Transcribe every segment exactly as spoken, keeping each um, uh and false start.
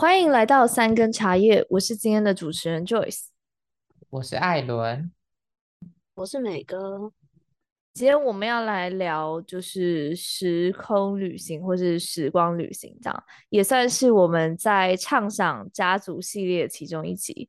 欢迎来到三根茶叶，我是今天的主持人 Joyce。 我是艾伦。 我是美哥。 今天我们要来聊就是时空旅行或是时光旅行，这样也算是我们在畅想家族系列其中一集。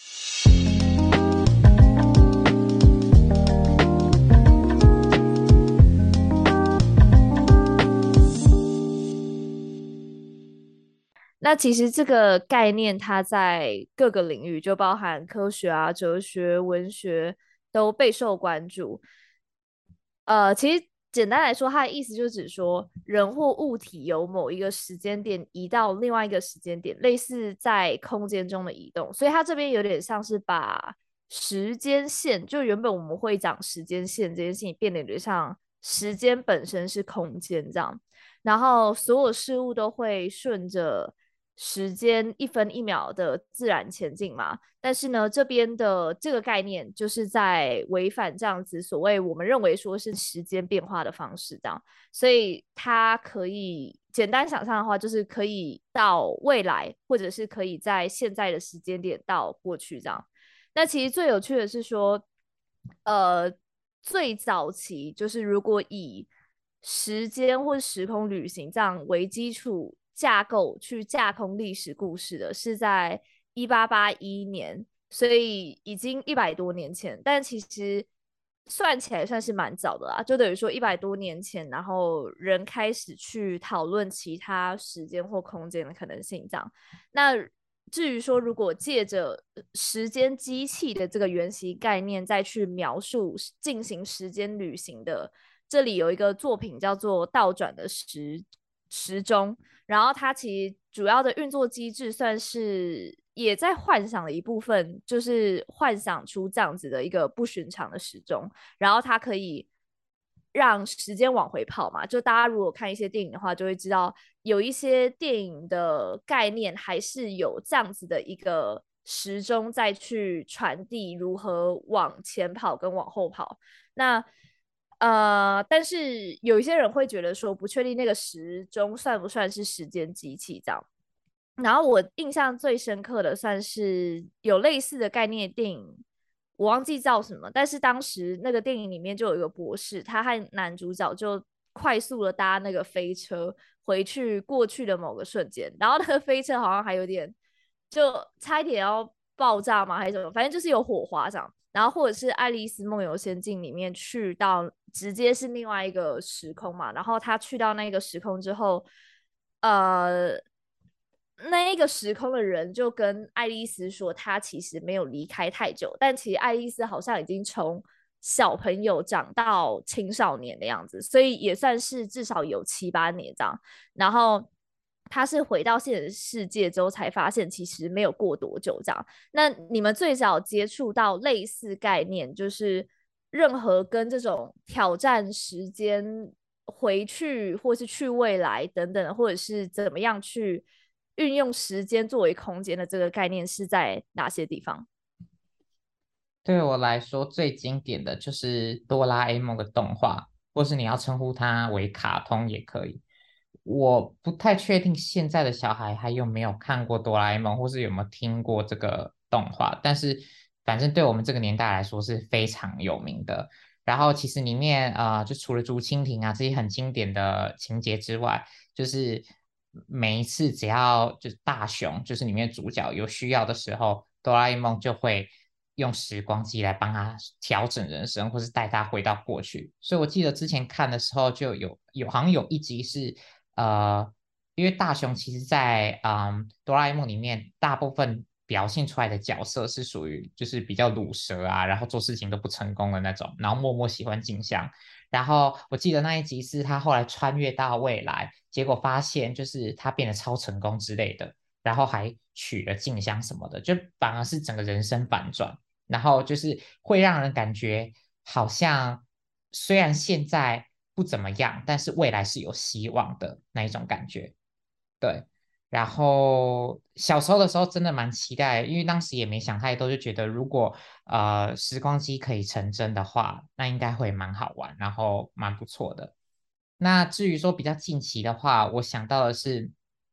那其实这个概念，它在各个领域，就包含科学啊、哲学、文学，都备受关注。呃，其实简单来说，它的意思就只说人或物体由某一个时间点移到另外一个时间点，类似在空间中的移动。所以它这边有点像是把时间线，就原本我们会讲时间线这件事情，变得有点像时间本身是空间这样。然后所有事物都会顺着时间一分一秒的自然前进嘛。但是呢，这边的这个概念就是在违反这样子所谓我们认为说是时间变化的方式，这样，所以它可以简单想象的话，就是可以到未来，或者是可以在现在的时间点到过去这样。那其实最有趣的是说，呃，最早期就是如果以时间或时空旅行这样为基础架构去架空历史故事的，是在一八八一年，所以已经一百多年前。但其实算起来算是蛮早的啦，就等于说一百多年前，然后人开始去讨论其他时间或空间的可能性，这样。那至于说，如果借着时间机器的这个原型概念再去描述进行时间旅行的，这里有一个作品叫做《倒转的时时钟》，然后它其实主要的运作机制算是也在幻想的一部分，就是幻想出这样子的一个不寻常的时钟，然后它可以让时间往回跑嘛。就大家如果看一些电影的话，就会知道有一些电影的概念还是有这样子的一个时钟再去传递如何往前跑跟往后跑。那呃，但是有一些人会觉得说，不确定那个时钟算不算是时间机器这样。然后我印象最深刻的算是有类似的概念的电影，我忘记叫什么，但是当时那个电影里面就有一个博士，他和男主角就快速的搭那个飞车回去过去的某个瞬间，然后那个飞车好像还有点就差一点要爆炸嘛，还是什么，反正就是有火花这样。然后或者是《爱丽丝梦游仙境》里面去到直接是另外一个时空嘛，然后他去到那个时空之后，呃，那一个时空的人就跟爱丽丝说，她其实没有离开太久，但其实爱丽丝好像已经从小朋友长到青少年的样子，所以也算是至少有七八年这样。然后他是回到现实世界之后才发现，其实没有过多久这样。那你们最早接触到类似概念，就是任何跟这种挑战时间回去，或是去未来等等，或者是怎么样去运用时间作为空间的这个概念是在哪些地方？ 对我来说，最经典的就是哆啦 A 梦的动画，或是你要称呼它为卡通也可以。我不太确定现在的小孩还有没有看过哆啦 A 梦，或是有没有听过这个动画，但是反正对我们这个年代来说是非常有名的。然后其实里面啊、呃就除了竹蜻蜓啊这些很经典的情节之外，就是每一次只要就是大雄，就是里面主角有需要的时候，哆啦 A 梦就会用时光机来帮他调整人生，或是带他回到过去。所以我记得之前看的时候就有有好像有一集是呃，因为大雄其实在嗯哆啦 A 梦里面大部分表现出来的角色是属于就是比较鲁蛇啊，然后做事情都不成功的那种，然后默默喜欢静香。然后我记得那一集是他后来穿越到未来，结果发现就是他变得超成功之类的，然后还娶了静香什么的，就反而是整个人生反转，然后就是会让人感觉好像虽然现在不怎么样，但是未来是有希望的那一种感觉。对，然后小时候的时候真的蛮期待，因为当时也没想太多，就觉得如果呃时光机可以成真的话，那应该会蛮好玩，然后蛮不错的。那至于说比较近期的话，我想到的是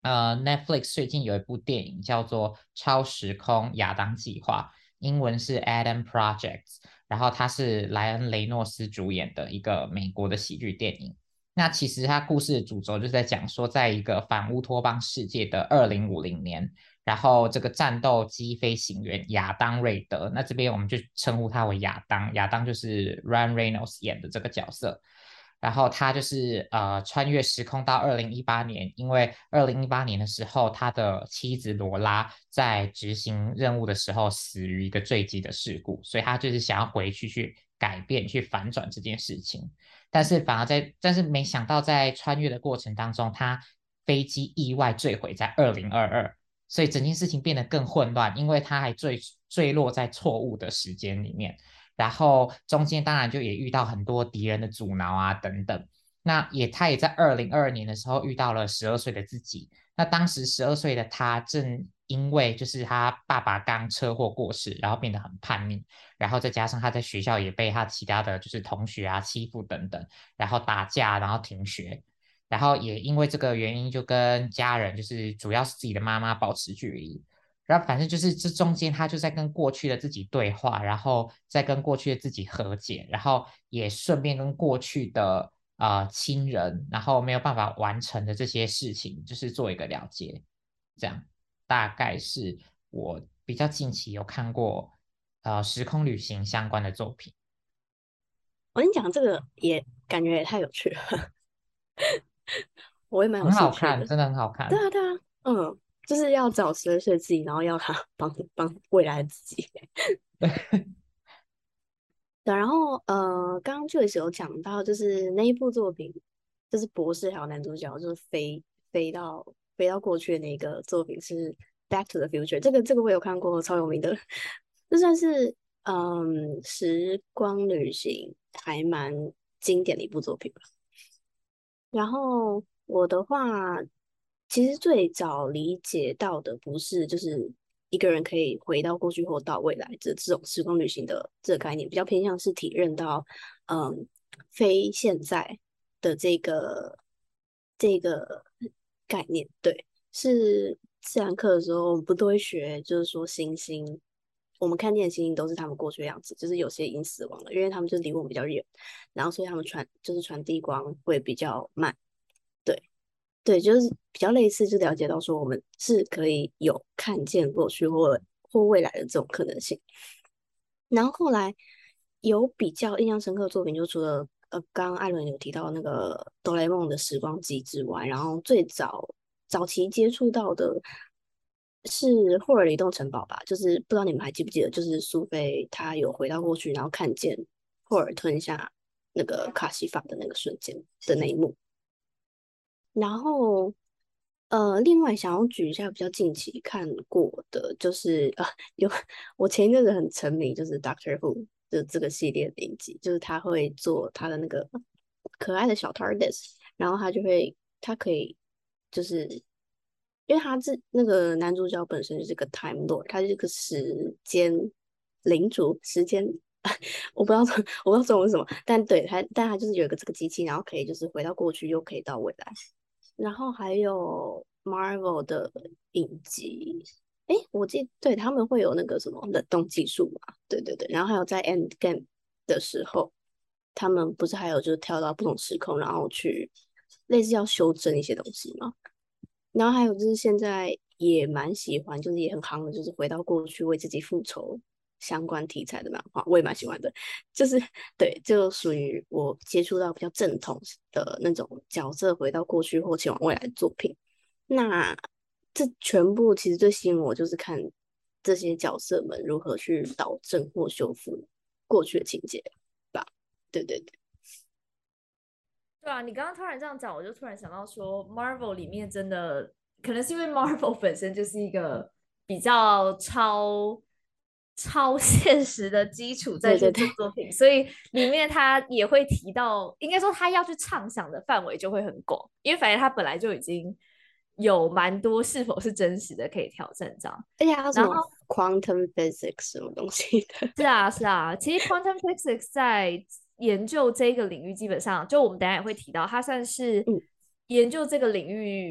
呃，Netflix 最近有一部电影叫做《超时空亚当计划》，英文是 Adam Project，然后它是莱恩·雷诺斯主演的一个美国的喜剧电影。那其实它故事的主轴就是在讲说，在一个反乌托邦世界的二零五零年，然后这个战斗机飞行员亚当·瑞德，那这边我们就称呼他为亚当，亚当就是 Ryan Reynolds 演的这个角色。然后他就是呃穿越时空到二零一八年，因为二零一八年的时候，他的妻子罗拉在执行任务的时候死于一个坠机的事故，所以他就是想要回去去改变、去反转这件事情。但是反而在，但是没想到在穿越的过程当中，他飞机意外坠毁在二零二二，所以整件事情变得更混乱，因为他还坠坠落在错误的时间里面。然后中间当然就也遇到很多敌人的阻挠啊等等。那也他也在二零二二年的时候遇到了十二岁的自己。那当时十二岁的他正因为就是他爸爸刚车祸过世，然后变得很叛逆，然后再加上他在学校也被他其他的就是同学啊欺负等等，然后打架，然后停学，然后也因为这个原因就跟家人就是主要是自己的妈妈保持距离。然后反正就是这中间他就在跟过去的自己对话，然后再跟过去的自己和解，然后也顺便跟过去的呃亲人，然后没有办法完成的这些事情，就是做一个了结。这样大概是我比较近期有看过呃时空旅行相关的作品。 我跟你讲，这个也感觉也太有趣了，我也蛮有很兴趣的。 好看，真的很好看。 对啊，对啊，嗯，就是要找十二岁自己，然后要他帮帮未来的自己。对，然后呃，刚刚 Joyce 有讲到，就是那一部作品，就是博士还有男主角就是飞飞到飞到过去的那个作品是《Back to the Future》，这个这个我有看过，超有名的，这算是嗯时光旅行还蛮经典的一部作品吧。然后我的话，其实最早理解到的不是就是一个人可以回到过去或到未来这这种时光旅行的这个概念，比较偏向是体认到，嗯，非现在的这个这个概念。对，是自然课的时候我们不都会学，就是说星星。我们看见的星星都是他们过去的样子，就是有些已经死亡了，因为他们就离我们比较远，然后所以他们传就是传递光会比较慢。对对，就是比较类似，就了解到说我们是可以有看见过去或或未来的这种可能性。然后后来有比较印象深刻的作品，就除了呃，刚刚艾伦有提到那个哆啦 A 梦的时光机之外，然后最早早期接触到的是霍尔的移动城堡吧，就是不知道你们还记不记得，就是苏菲她有回到过去，然后看见霍尔吞下那个卡西法的那个瞬间的那一幕。然后，呃，另外想要举一下比较近期看过的，就是啊，有我前一阵子很沉迷，就是 Doctor Who 的这个系列的影集，就是他会做他的那个可爱的小 TARDIS，然后他就会，他可以就是因为他是那个男主角本身就是个 Time Lord，他是个时间领主，时间我不知道我不知道中文是什么，但对他，但他就是有一个这个机器，然后可以就是回到过去，又可以到未来。然后还有 Marvel 的影集，诶，我记对他们会有那个什么冷冻技术嘛？对对对，然后还有在 Endgame 的时候，他们不是还有就是跳到不同时空，然后去类似要修正一些东西吗？然后还有就是现在也蛮喜欢，就是也很夯的，就是回到过去为自己复仇相关题材的漫画，我也蛮喜欢的。就是对，就属于我接触到比较正统的那种角色回到过去或前往未来的作品。那这全部其实最吸引我就是看这些角色们如何去导正或修复过去的情节吧。对对对。 对啊，你刚刚突然这样讲，我就突然想到说，Marvel 里面真的可能是因为 Marvel 本身就是一个比较超超现实的基础再去对对对， 做作品，所以里面他也会提到，应该说他要去畅想的范围就会很广，因为反正他本来就已经有蛮多是否是真实的可以挑战这样。 而且还有什么然后 quantum physics 什么东西的。 是啊，是啊，其实 quantum physics 在研究这个领域，基本上就我们等下也会提到，它算是嗯研究这个领域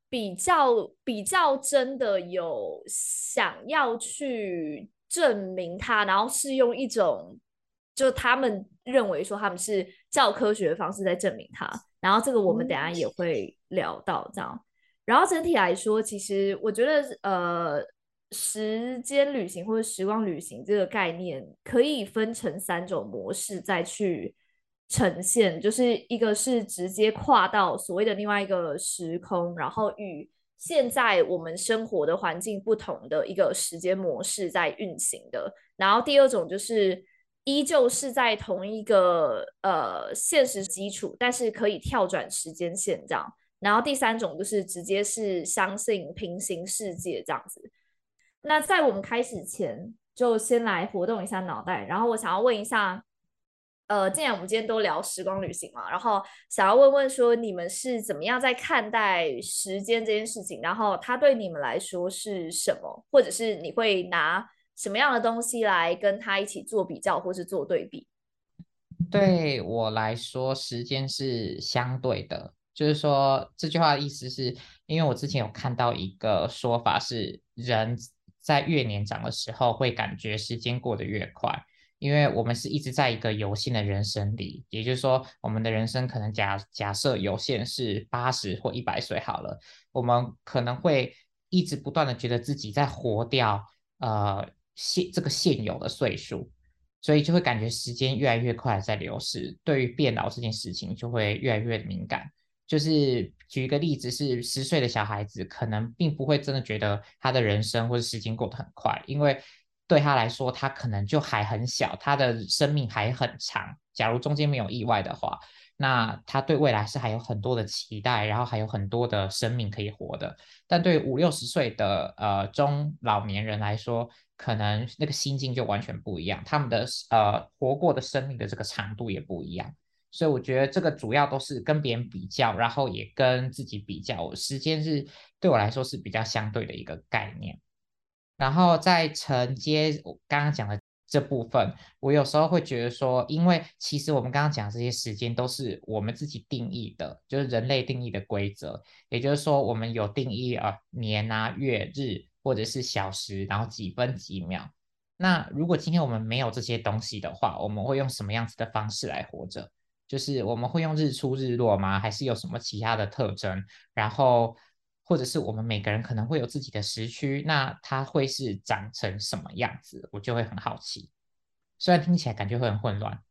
比较比较真的有想要去证明它，然后是用一种就他们认为说他们是教科学的方式在证明它，然后这个我们等一下也会聊到这样。然后整体来说，其实我觉得呃，时间旅行或者时光旅行这个概念可以分成三种模式再去呈现，就是一个是直接跨到所谓的另外一个时空，然后与现在我们生活的环境不同的一个时间模式在运行的。然后第二种就是依旧是在同一个呃现实基础，但是可以跳转时间线这样。然后第三种就是直接是相信平行世界这样子。那在我们开始前，就先来活动一下脑袋。然后我想要问一下，呃，既然我们今天都聊时光旅行嘛，然后想要问问说，你们是怎么样在看待时间这件事情？然后它对你们来说是什么？或者是你会拿什么样的东西来跟它一起做比较，或是做对比？ 对我来说，时间是相对的，就是说这句话的意思是，因为我之前有看到一个说法是，人在越年长的时候会感觉时间过得越快，因为我们是一直在一个有限的人生里，也就是说，我们的人生可能假假设有限是八十或一百岁好了，我们可能会一直不断的觉得自己在活掉呃现这个现有的岁数。所以就会感觉时间越来越快在流逝，对于变老这件事情就会越来越敏感。就是举一个例子，是十岁的小孩子可能并不会真的觉得他的人生或者时间过得很快，因为对他来说，他可能就还很小，他的生命还很长。假如中间没有意外的话，那他对未来是还有很多的期待，然后还有很多的生命可以活的。但对五六十岁的呃中老年人来说，可能那个心境就完全不一样，他们的呃活过的生命的这个长度也不一样。所以我觉得这个主要都是跟别人比较，然后也跟自己比较。时间是对我来说是比较相对的一个概念。然后再承接我刚刚讲的这部分，我有时候会觉得说，因为其实我们刚刚讲这些时间都是我们自己定义的，就是人类定义的规则。也就是说，我们有定义啊、呃、年啊、月日或者是小时，然后几分几秒。那如果今天我们没有这些东西的话，我们会用什么样子的方式来活着？就是我们会用日出日落吗？还是有什么其他的特征？然后或者是我们每个人可能会有自己的时区，那它会是长成什么样子？我就会很好奇。虽然听起来感觉会很混乱。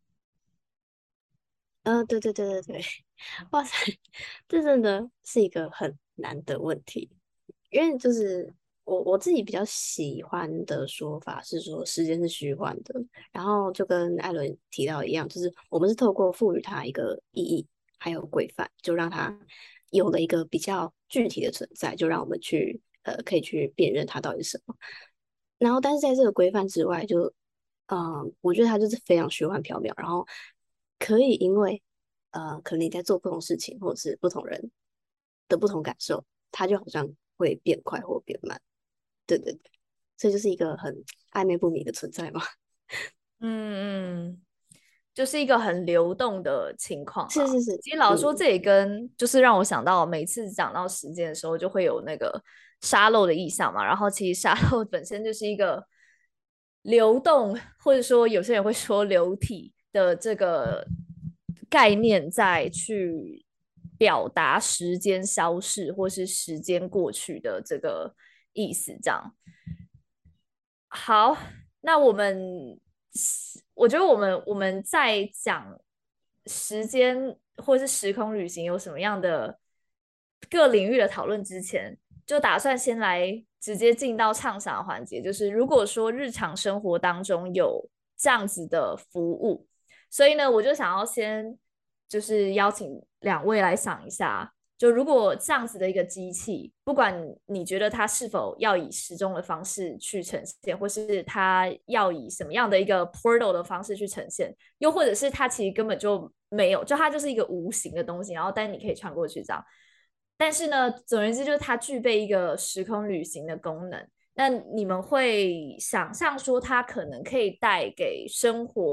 嗯、呃对对对对对，哇塞，这真的是一个很难的问题。因为就是我我自己比较喜欢的说法是说时间是虚幻的，然后就跟艾伦提到一样，就是我们是透过赋予它一个意义还有规范，就让它有了一个比较具体的存在，就让我们去呃可以去辨认它到底是什么。然后但是在这个规范之外就，嗯，我觉得它就是非常虚幻缥缈，然后可以因为呃可能你在做不同事情或者是不同人的不同感受。它就好像会变快或变慢。对对对，这就是一个很暧昧不明的存在嘛。 嗯嗯，就是一个很流动的情况啦。 是是是， 其实老实说， 嗯， 这也跟就是让我想到，每次讲到时间的时候，就会有那个沙漏的意象嘛。然后其实沙漏本身就是一个流动，或者说有些人会说流体的这个概念，在去表达时间消逝或是时间过去的这个意思，这样。好，那我们，我觉得我们我们在讲时间或是时空旅行有什么样的各领域的讨论之前，就打算先来直接进到畅想的环节，就是如果说日常生活当中有这样子的服务，所以呢，我就想要先就是邀请两位来想一下，就如果这样子的一个机器，不管你觉得它是否要以时钟的方式去呈现，或是它要以什么样的一个 portal 的方式去呈现，又或者是它其实根本就没有，就它就是一个无形的东西，然后但是你可以穿过去这样。但是呢，总而言之，就是它具备一个时空旅行的功能。那你们会想象说，它可能可以带给生活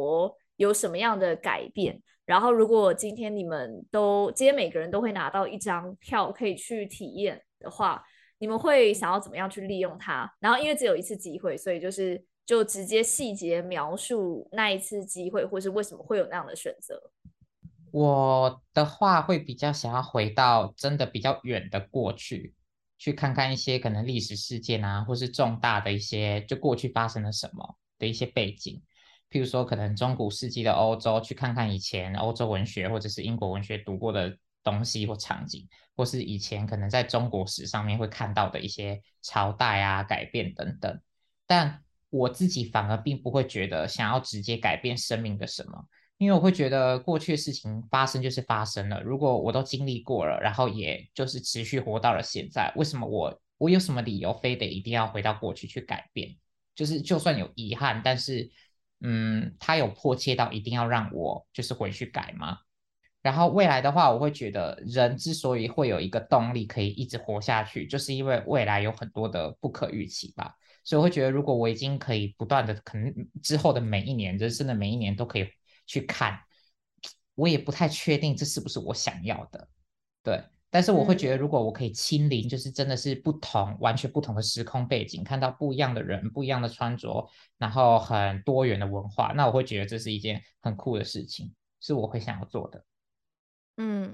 有什么样的改变。然后，如果今天你们都，今天每个人都会拿到一张票可以去体验的话，你们会想要怎么样去利用它？然后，因为只有一次机会，所以就是就直接细节描述那一次机会，或是为什么会有那样的选择。 我的话会比较想要回到真的比较远的过去，去看看一些可能历史事件啊，或是重大的一些就过去发生了什么的一些背景。譬如说，可能中古世纪的欧洲，去看看以前欧洲文学或者是英国文学读过的东西或场景，或是以前可能在中国史上面会看到的一些朝代啊改变等等。但我自己反而并不会觉得想要直接改变生命的什么。因为我会觉得过去的事情发生就是发生了，如果我都经历过了，然后也就是持续活到了现在，为什么我我有什么理由非得一定要回到过去去改变？就是就算有遗憾，但是嗯，他有迫切到一定要让我就是回去改吗？然后未来的话，我会觉得人之所以会有一个动力可以一直活下去，就是因为未来有很多的不可预期吧。所以我会觉得，如果我已经可以不断的，可能之后的每一年，人生的每一年都可以去看，我也不太确定这是不是我想要的。对，但是我会觉得， 嗯如果我可以亲临，就是真的是不同、完全不同的时空背景，看到不一样的人、不一样的穿着，然后很多元的文化，那我会觉得这是一件很酷的事情，是我会想要做的。 嗯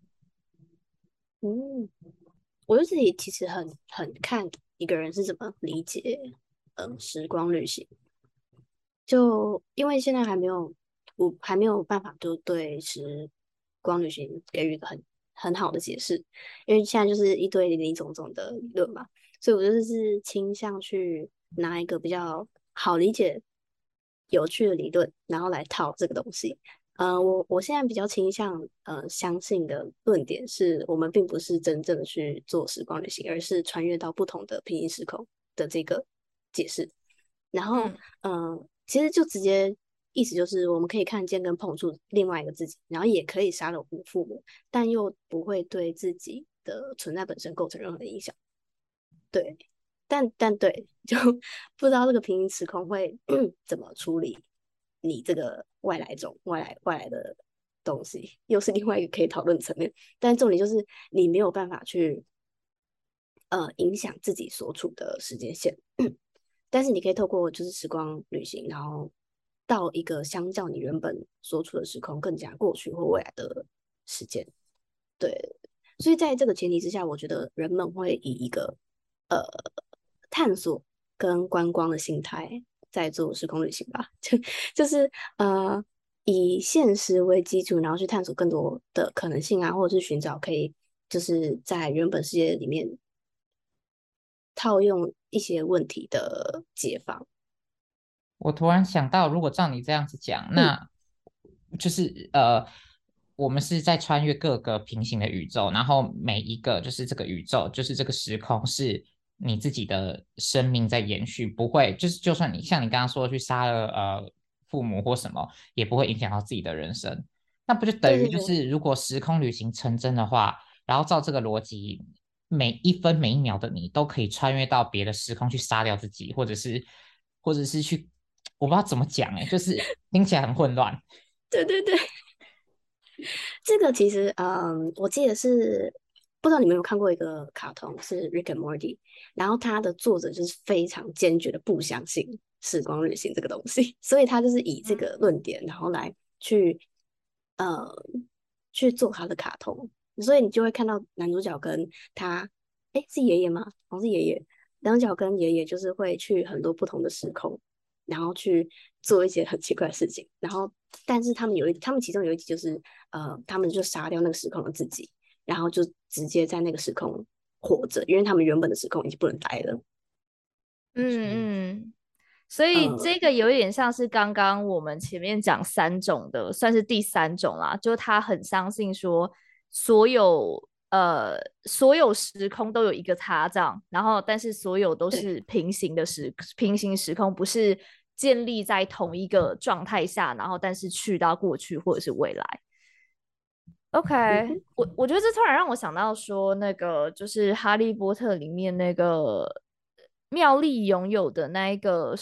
嗯，我就自己其实很很看一个人是怎么理解嗯时光旅行，就因为现在还没有我还没有办法就对时光旅行给予一个很很好的解释，因为现在就是一堆林林总总的理论嘛，所以我就是倾向去拿一个比较好理解、有趣的理论，然后来套这个东西。呃，我我现在比较倾向呃相信的论点是我们并不是真正的去做时光旅行，而是穿越到不同的平行时空的这个解释。然后， 嗯嗯、呃，其实就直接意思就是我们可以看见跟碰触另外一个自己，然后也可以杀了我们的父母，但又不会对自己的存在本身构成任何的影响。对，但但对，就不知道这个平行时空会怎么处理你这个外来种、外来外来的东西，又是另外一个可以讨论的层面。但重点就是你没有办法去呃影响自己所处的时间线，但是你可以透过就是时光旅行，然后到一个相较你原本所处的时空更加过去或未来的时间。对，所以在这个前提之下，我觉得人们会以一个呃探索跟观光的心态在做时空旅行吧，就就是呃以现实为基础，然后去探索更多的可能性啊，或者是寻找可以就是在原本世界里面套用一些问题的解法。 我突然想到，如果照你这样子讲， 嗯， 那就是呃，我们是在穿越各个平行的宇宙，然后每一个就是这个宇宙，就是这个时空是你自己的生命在延续，不会就是就算你像你刚刚说去杀了呃父母或什么，也不会影响到自己的人生。那不就等对对对。 于就是如果时空旅行成真的话，然后照这个逻辑，每一分每一秒的你都可以穿越到别的时空去杀掉自己，或者是或者是去，我不知道怎么讲哎，就是听起来很混乱。 对对对，这个其实，嗯，我记得是不知道你们有没有看过一个卡通是《Rick and Morty》，然后他的作者就是非常坚决的不相信时光旅行这个东西，所以他就是以这个论点，然后来去呃去做他的卡通，所以你就会看到男主角跟他，诶，是爷爷吗？好像是爷爷，男主角跟爷爷就是会去很多不同的时空，然后去做一些很奇怪的事情。然后，但是他们有一，他们其中有一集就是，呃，他们就杀掉那个时空的自己，然后就直接在那个时空活着，因为他们原本的时空已经不能待了。 嗯嗯，所以呃， 这个有一点像是刚刚我们前面讲三种的，算是第三种啦，就是他很相信说所有呃所有时空都有一个他这样，然后但是所有都对， 是平行的时平行时空，不是建立在同一个状态下，然后但是去到过去或者是未来。OK， 嗯哼， 我我觉得这突然让我想到说，那个就是《哈利波特》里面那个妙丽拥有的那一个时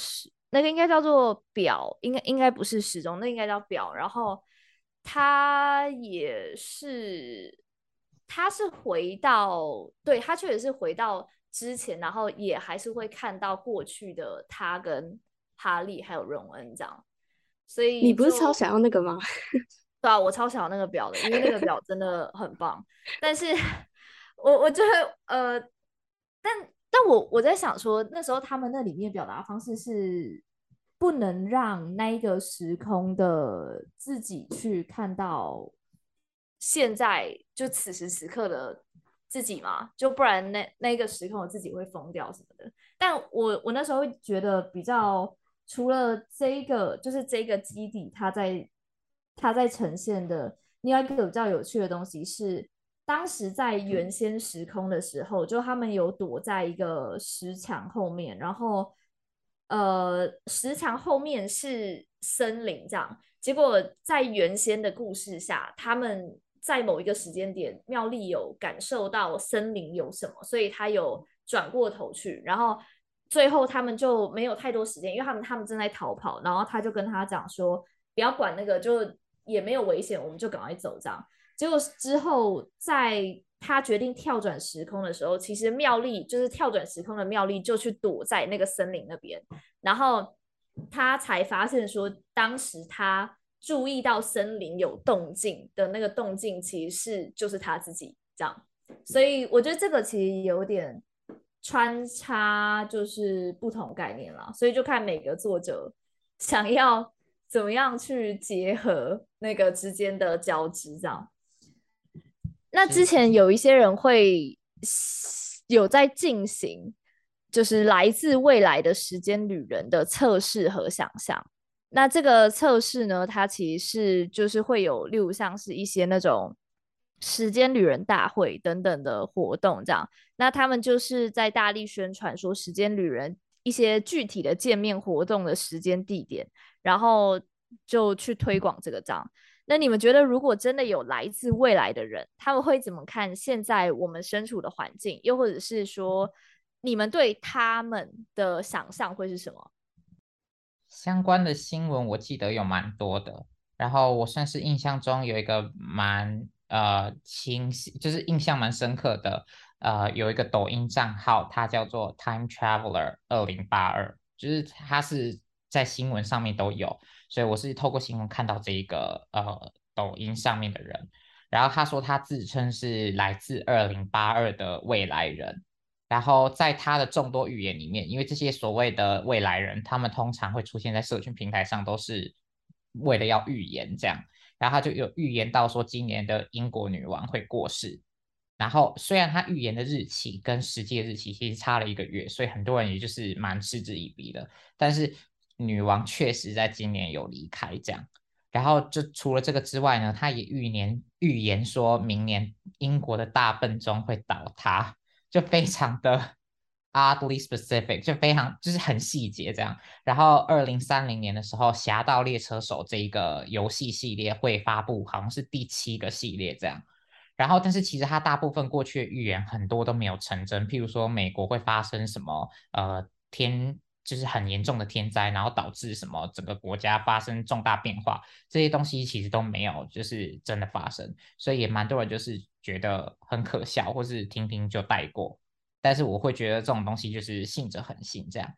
那个应该叫做表，应该应该不是时钟，那应该叫表。然后他也是，他是回到，对，他确实是回到之前，然后也还是会看到过去的他跟哈利还有荣恩这样，所你以就不是超想要那个吗？ 对啊，我超想要那个表的，因为那个表真的很棒。但是我我觉得呃，但但我我在想说，那时候他们那里面表达方式是不能让那一个时空的自己去看到现在就此时此刻的自己嘛，就不然那那个时空的自己会疯掉什么的。但我我那时候会觉得比较，除了这一个就是这个基底，它在它在呈现的另外一个比较有趣的东西是，当时在原先时空的时候，就他们有躲在一个石墙后面，然后呃石墙后面是森林这样，结果在原先的故事下，他们在某一个时间点，妙丽有感受到森林有什么，所以他有转过头去，然后最后他们就没有太多时间，因为他们他们正在逃跑，然后他就跟他讲说，不要管那个，就也没有危险，我们就赶快走这样。结果之后在他决定跳转时空的时候，其实妙丽就是跳转时空的妙丽就去躲在那个森林那边，然后他才发现说，当时他注意到森林有动静的那个动静，其实是就是他自己这样。所以我觉得这个其实有点穿插，就是不同概念啦。所以就看每个作者想要怎么样去结合那个之间的交织，这样。那之是前有一些人会有在进行，就是来自未来的时间旅人的测试和想象。那这个测试呢，它其实是就是会有，例如像是一些那种时间旅人大会等等的活动这样。那他们就是在大力宣传说时间旅人一些具体的见面活动的时间地点，然后就去推广这个章。那你们觉得，如果真的有来自未来的人，他们会怎么看现在我们身处的环境？又或者是说，你们对他们的想象会是什么？ 相关的新闻我记得有蛮多的，然后我算是印象中有一个蛮呃清晰，就是印象蛮深刻的，呃，有一个抖音账号，它叫做 Time Traveler 二零八二，就是它是在新闻上面都有，所以我是透过新闻看到这一个呃抖音上面的人，然后他说他自称是来自二零八二的未来人。然后在他的众多预言里面，因为这些所谓的未来人，他们通常会出现在社群平台上，都是为了要预言这样。然后他就有预言到说，今年的英国女王会过世。然后虽然他预言的日期跟实际的日期其实差了一个月，所以很多人也就是蛮嗤之以鼻的。但是女王确实在今年有离开这样。然后就除了这个之外呢，他也预言预言说明年英国的大笨钟会倒塌。就非常的 oddly specific，就非常就是很细节这样。然后二零三零年的时候，《侠盗猎车手》这一个游戏系列会发布，好像是第七个系列这样。然后，但是其实它大部分过去的预言很多都没有成真，譬如说美国会发生什么呃天就是很严重的天灾，然后导致什么整个国家发生重大变化，这些东西其实都没有就是真的发生，所以也蛮多人就是觉得很可笑，或是听听就带过。但是我会觉得这种东西就是信者恒信这样。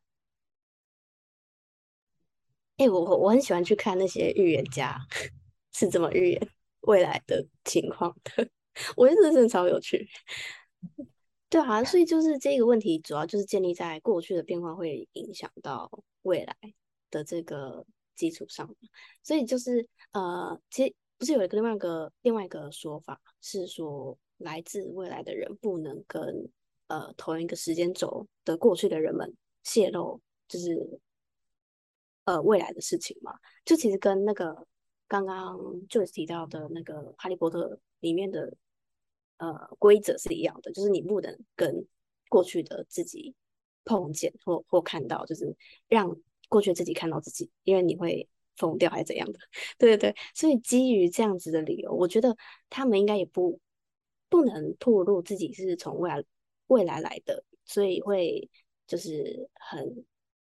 哎、我我很喜欢去看那些预言家是怎么预言未来的情况的，我觉得这真的超有趣。对啊，所以就是这个问题，主要就是建立在过去的变化会影响到未来的这个基础上嘛。所以就是呃，其实不是有一个另外一个另外一个说法是说，来自未来的人不能跟呃同一个时间轴的过去的人们泄露，就是呃未来的事情嘛。就其实跟那个刚刚就提到的那个《哈利波特》里面的呃规则是一样的，就是你不能跟过去的自己碰见或或看到，就是让过去的自己看到自己，因为你会疯掉还是怎样的。对对对，所以基于这样子的理由，我觉得他们应该也不不能暴露自己是从未来未来来的，所以会就是很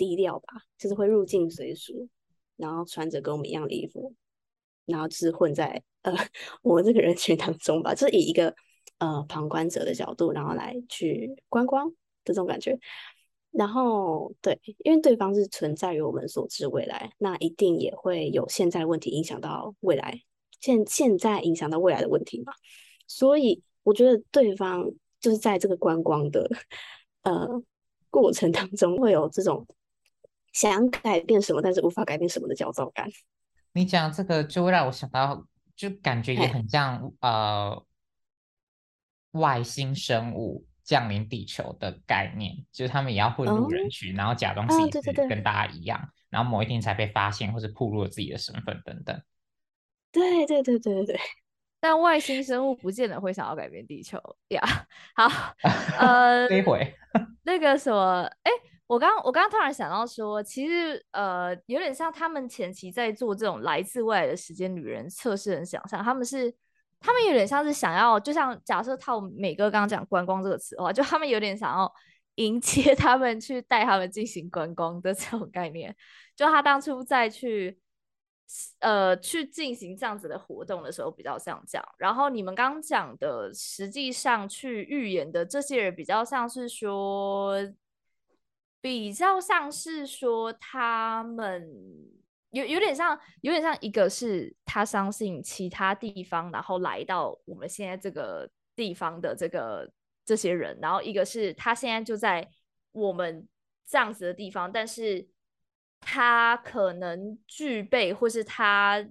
低调吧，就是会入境随俗，然后穿着跟我们一样的衣服，然后就是混在呃我们这个人群当中吧，就是以一个呃旁观者的角度，然后来去观光的这种感觉。然后对，因为对方是存在于我们所知未来，那一定也会有现在问题影响到未来，现现在影响到未来的问题嘛。所以我觉得对方就是在这个观光的呃过程当中，会有这种想改变什么，但是无法改变什么的焦躁感。 你讲这个就会让我想到，就感觉也嘿， 很像呃外星生物降临地球的概念，就是他们也要混入人哦， 群，然后假装自啊， 己对对对是跟大家一样，然后某一天才被发现或者暴露了自己的身份等等。 对对对对对对， 但外星生物不见得会想要改变地球呀。好，呃， 这一回， 那个什么，哎，我刚我刚刚突然想到说，其实呃，有点像他们前期在做这种来自未来的时间旅人测试人想象，他们是他们有点像是想要，就像假设套美哥刚刚讲观光这个词的话，就他们有点想要迎接他们去带他们进行观光的这种概念。就他当初再去呃去进行这样子的活动的时候，比较像这样。然后你们刚刚讲的，实际上去预言的这些人，比较像是说，比较像是说他们有有点像，有点像一个是他相信其他地方，然后来到我们现在这个地方的这个这些人，然后一个是他现在就在我们这样子的地方，但是他可能具备，或是他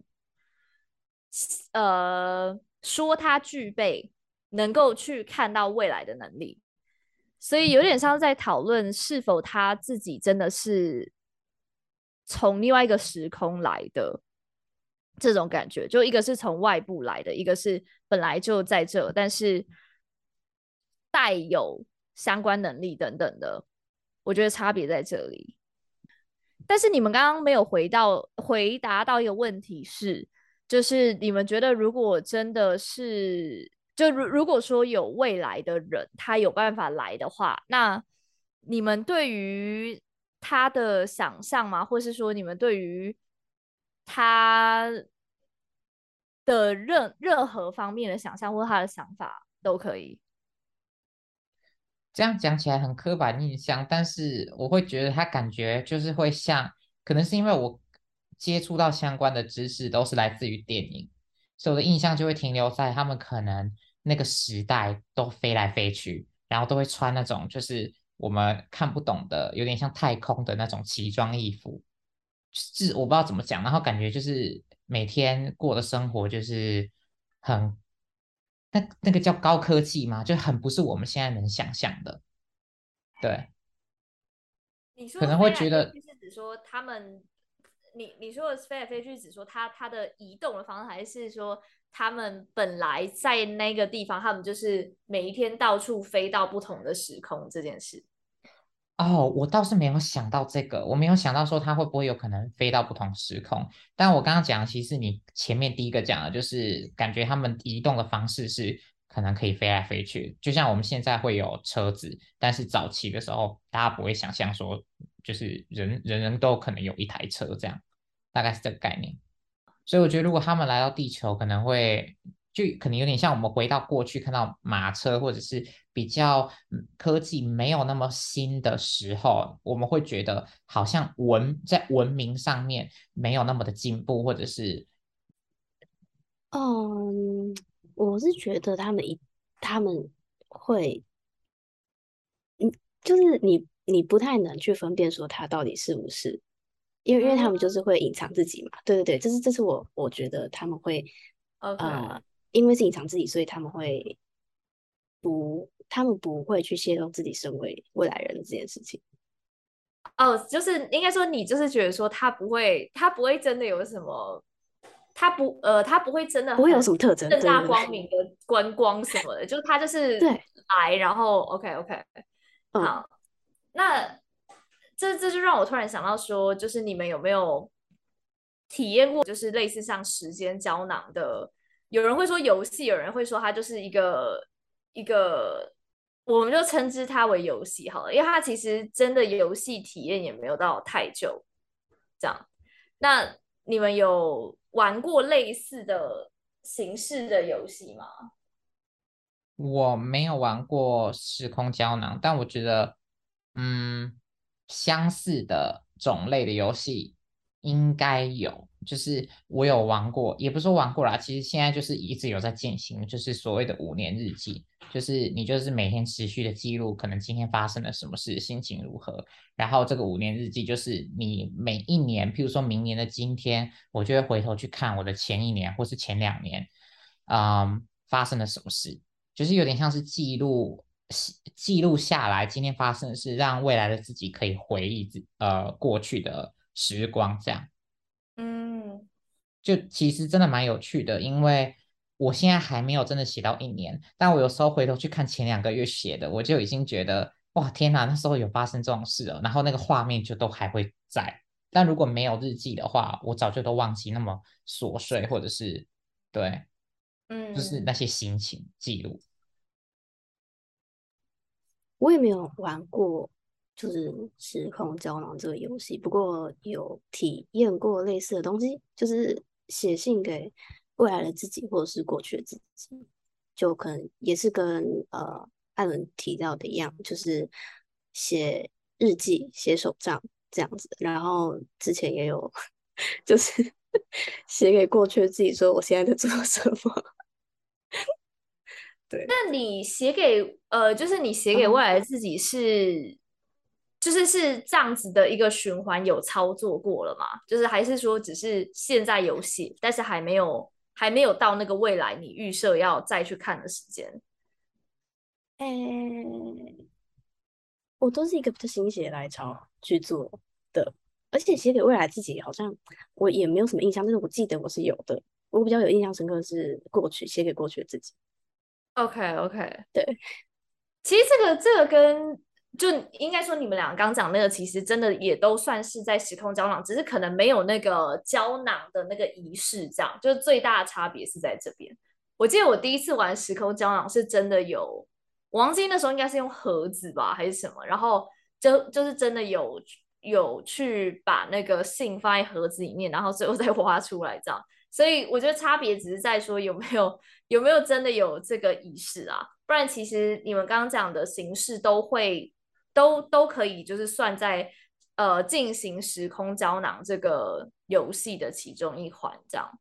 呃说他具备能够去看到未来的能力。所以有点像是在讨论是否他自己真的是从另外一个时空来的这种感觉，就一个是从外部来的，一个是本来就在这，但是带有相关能力等等的，我觉得差别在这里。但是你们刚刚没有回到回答到一个问题是，就是你们觉得如果真的是，就如如果说有未来的人他有办法来的话，那你们对于他的想象吗？或是说你们对于他的任任何方面的想象或他的想法都可以？ 这样讲起来很刻板印象，但是我会觉得他感觉就是会像，可能是因为我接触到相关的知识都是来自于电影，所以我的印象就会停留在他们可能那个时代都飞来飞去，然后都会穿那种就是我们看不懂的，有点像太空的那种奇装异服，是我不知道怎么讲，然后感觉就是每天过的生活就是很。那那个叫高科技吗？就很不是我们现在能想象的。对， 你说可能会飞来飞觉得去是指说他们，你你说的飞来飞去，指说它它的移动的方式，还是说他们本来在那个地方，他们就是每一天到处飞到不同的时空这件事？ 哦，我倒是没有想到这个，我没有想到说它会不会有可能飞到不同时空。但我刚刚讲，其实你前面第一个讲的就是感觉他们移动的方式是可能可以飞来飞去，就像我们现在会有车子，但是早期的时候大家不会想象说，就是人人人都可能有一台车这样，大概是这个概念。所以我觉得，如果他们来到地球，可能会就可能有点像我们回到过去看到马车，或者是比较嗯科技没有那么新的时候，我们会觉得好像文在文明上面没有那么的进步，或者是嗯，我是觉得他们一他们会，嗯，就是你你不太能去分辨说他到底是不是，因为因为他们就嗯是会隐藏自己嘛，对对对，这是这是我我觉得他们会，呃， ，OK， 因为是隐藏自己，所以他们会不他们不会去泄露自己身为未来人的这件事情。 哦，就是应该说你就是觉得说他不会，他不会真的有什么，他不呃，他不会真的不会有很什么特征， 正大对对对光明的观光什么的，就是他就是对， 来，然后 OK OK， 嗯， 好，那这这就让我突然想到说，就是你们有没有体验过，就是类似像时间胶囊的？有人会说游戏，有人会说它就是一个一个我们就称之它为游戏好了，因为它其实真的游戏体验也没有到太久，这样。那你们有玩过类似的形式的游戏吗？ 我没有玩过时空胶囊，但我觉得，嗯，相似的种类的游戏应该有。就是我有玩过，也不是说玩过啦，其实现在就是一直有在进行，就是所谓的五年日记，就是你就是每天持续的记录，可能今天发生了什么事，心情如何，然后这个五年日记就是你每一年，譬如说明年的今天，我就会回头去看我的前一年或是前两年，嗯，发生了什么事。就是有点像是记录记录下来今天发生的事，让未来的自己可以回忆自呃过去的时光，这样嗯， 就其实真的蛮有趣的。因为我现在还没有真的写到一年，但我有时候回头去看前两个月写的，我就已经觉得哇天哪，那时候有发生这种事了，然后那个画面就都还会在。但如果没有日记的话，我早就都忘记那么琐碎，或者是对，就是那嗯， 些心情记录。 我也没有玩过，就是时空胶囊这个游戏，不过有体验过类似的东西，就是写信给未来的自己或者是过去的自己，就可能也是跟呃艾伦提到的一样，就是写日记、写手账这样子。然后之前也有就是写给过去的自己说我现在在做什么，对。 那你写给呃，就是你写给未嗯。 来的自己是，就是是这样子的一个循环有操作过了吗？就是还是说只是现在有写，但是还没有还没有到那个未来你预设要再去看的时间诶、我都是一个比较心血来潮去做的，而且写给未来自己好像我也没有什么印象，但是我记得我是有的。我比较有印象深刻的是过去写给过去的自己。 ？OK OK， 对。 其实这个这个跟就应该说你们俩刚讲那个，其实真的也都算是在时空胶囊，只是可能没有那个胶囊的那个仪式，这样就是最大的差别是在这边。我记得我第一次玩时空胶囊是真的有，我忘记那时候应该是用盒子吧还是什么，然后就就是真的有有去把那个信放在盒子里面，然后最后再挖出来这样。所以我觉得差别只是在说有没有有没有真的有这个仪式啊，不然其实你们刚刚讲的形式都会都都可以，就是算在呃进行时空胶囊这个游戏的其中一环这样。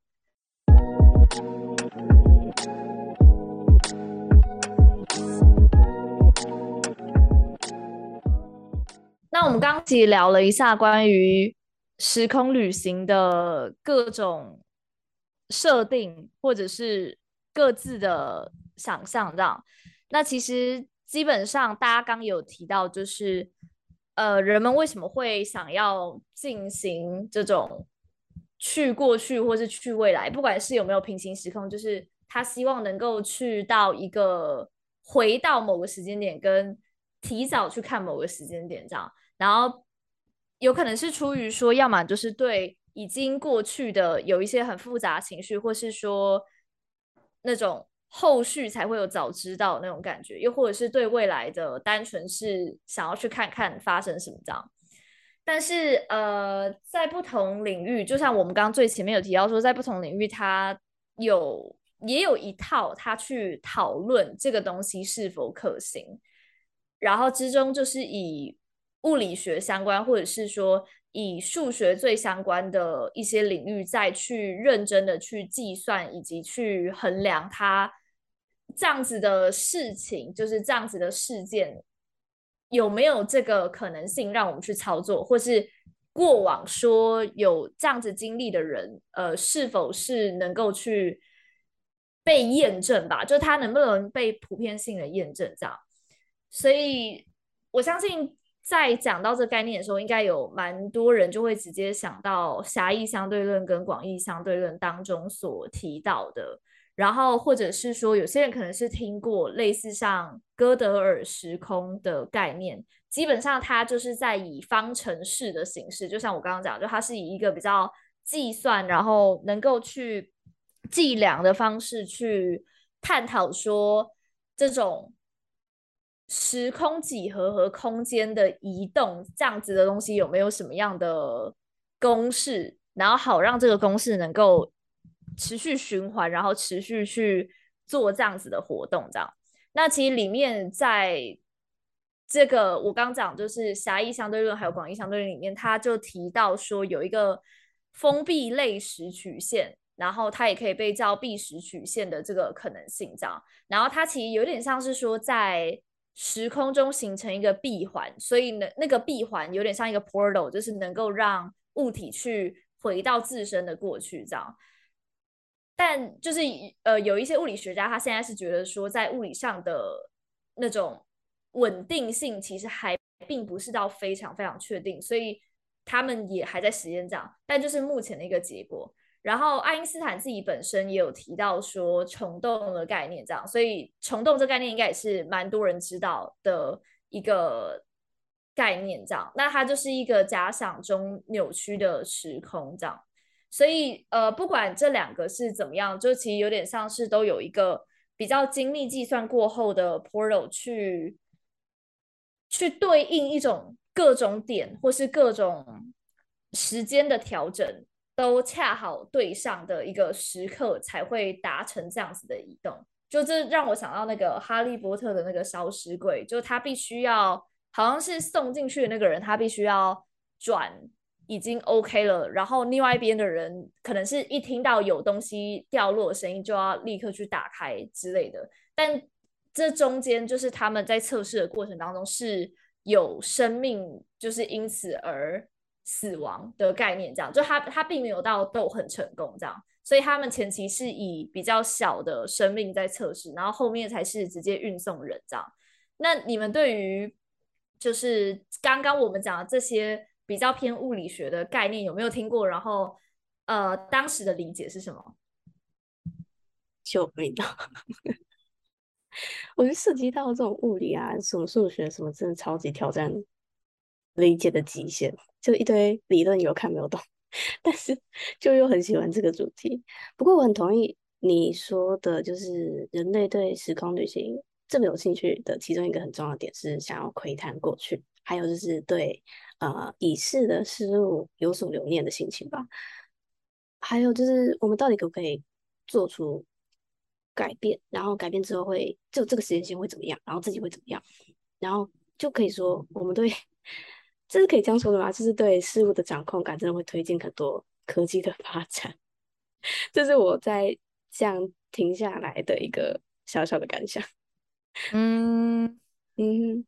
那我们刚刚其实聊了一下关于时空旅行的各种设定，或者是各自的想象，这样。那其实基本上大家刚有提到，就是呃，人们为什么会想要进行这种去过去或是去未来，不管是有没有平行时空，就是他希望能够去到一个回到某个时间点，跟提早去看某个时间点这样。然后有可能是出于说，要么就是对已经过去的有一些很复杂情绪，或是说那种后续才会有早知道那种感觉，又或者是对未来的单纯是想要去看看发生什么这样。但是呃，在不同领域，就像我们刚刚最前面有提到说，在不同领域，它有也有一套它去讨论这个东西是否可行，然后之中就是以物理学相关，或者是说以数学最相关的一些领域，再去认真的去计算以及去衡量它这样子的事情，就是这样子的事件有没有这个可能性让我们去操作，或是过往说有这样子经历的人，呃，是否是能够去被验证吧？就他能不能被普遍性的验证这样？所以我相信在讲到这个概念的时候，应该有蛮多人就会直接想到狭义相对论跟广义相对论当中所提到的。然后或者是说，有些人可能是听过类似像哥德尔时空的概念，基本上它就是在以方程式的形式，就像我刚刚讲，就它是以一个比较计算，然后能够去计量的方式去探讨说这种时空几何和空间的移动这样子的东西有没有什么样的公式，然后好让这个公式能够持续循环，然后持续去做这样子的活动，这样。那其实里面在这个我刚讲就是狭义相对论还有广义相对论里面，他就提到说有一个封闭类时曲线，然后它也可以被叫闭时曲线的这个可能性，这样。然后它其实有点像是说在时空中形成一个闭环，所以呢，那个闭环有点像一个 portal，就是能够让物体去回到自身的过去，这样。但就是呃，有一些物理学家他现在是觉得说，在物理上的那种稳定性其实还并不是到非常非常确定，所以他们也还在实验这样，但就是目前的一个结果。然后爱因斯坦自己本身也有提到说虫洞的概念，这样，所以虫洞这概念应该也是蛮多人知道的一个概念，这样。那它就是一个假想中扭曲的时空，这样。所以呃，不管这两个是怎么样，就其实有点像是都有一个比较精密计算过后的 portal 去去对应一种各种点或是各种时间的调整，都恰好对上的一个时刻，才会达成这样子的移动。就这让我想到那个哈利波特的那个烧尸柜，就他必须要好像是送进去的那个人，他必须要转已经 OK 了，然后另外一边的人可能是一听到有东西掉落的声音就要立刻去打开之类的，但这中间就是他们在测试的过程当中是有生命，就是因此而死亡的概念，这样就他他并没有到都很成功这样，所以他们前期是以比较小的生命在测试，然后后面才是直接运送人这样。那你们对于就是刚刚我们讲的这些比较偏物理学的概念有没有听过？然后呃，当时的理解是什么？ 救命啊！我觉得涉及到这种物理啊，什么数学什么，真的超级挑战理解的极限，就一堆理论有看没有懂，但是就又很喜欢这个主题。不过我很同意你说的，就是人类对时空旅行这么有兴趣的其中一个很重要的点是想要窥探过去，还有就是对呃已逝的事物有所留念的心情吧。还有就是我们到底可不可以做出改变，然后改变之后会就这个时间线会怎么样，然后自己会怎么样，然后就可以说我们对，这是可以这样说的吗？就是对事物的掌控感真的会推进很多科技的发展，这是我在这样停下来的一个小小的感想。 嗯， 嗯，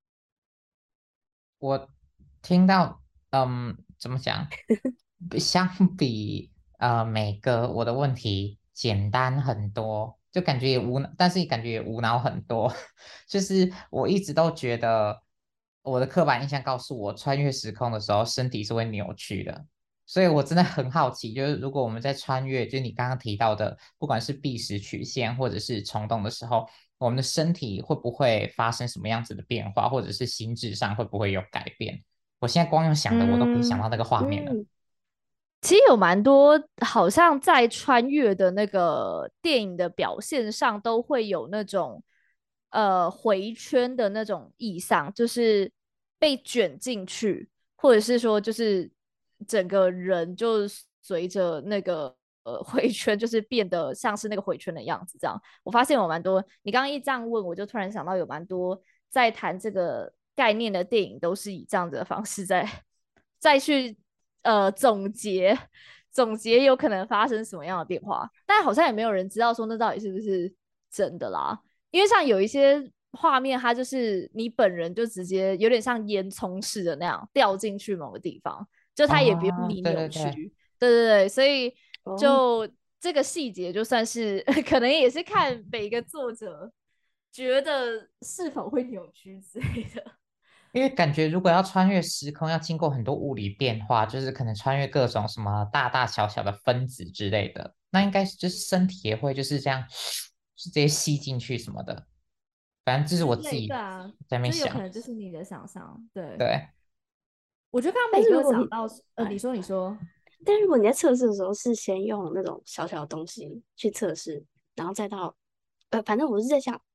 我听到，嗯，怎么讲？相比呃每个我的问题简单很多，就感觉也无脑，但是感觉也无脑很多。就是我一直都觉得我的刻板印象告诉我，穿越时空的时候身体是会扭曲的。所以我真的很好奇，就是如果我们在穿越，就是你刚刚提到的，不管是闭时曲线或者是虫洞的时候，我们的身体会不会发生什么样子的变化，或者是心智上会不会有改变？我现在光用想的，我都可以想嗯， 到那个画面了。 嗯， 其实有蛮多，好像在穿越的那个电影的表现上，都会有那种呃回圈的那种意象，就是被卷进去，或者是说就是整个人就随着那个呃回圈，就是变得像是那个回圈的样子。这样，我发现有蛮多，你刚刚一这样问，我就突然想到有蛮多在谈这个概念的电影，都是以这样子的方式在再去呃总结总结有可能发生什么样的变化，但好像也没有人知道说那到底是不是真的啦。因为像有一些画面，它就是你本人就直接有点像烟囱式的那样掉进去某个地方，就它也不用哦， 你对对对， 扭曲，对对对，所以哦， 就这个细节就算是可能也是看每一个作者觉得是否会扭曲之类的。 因为感觉如果要穿越时空，要经过很多物理变化，就是可能穿越各种什么大大小小的分子之类的，那应该是就是身体也会就是这样，是直接吸进去什么的。反正这是之类，对我自己啊，这有可在那边想， 能就是你的想象。对， 对， 我觉得刚刚但美是如果你哥讲到，呃，你哎， 说，你说， 但是如果你在测试的时候是先用那种小小的东西去测试，然后再到呃，反正我是在想，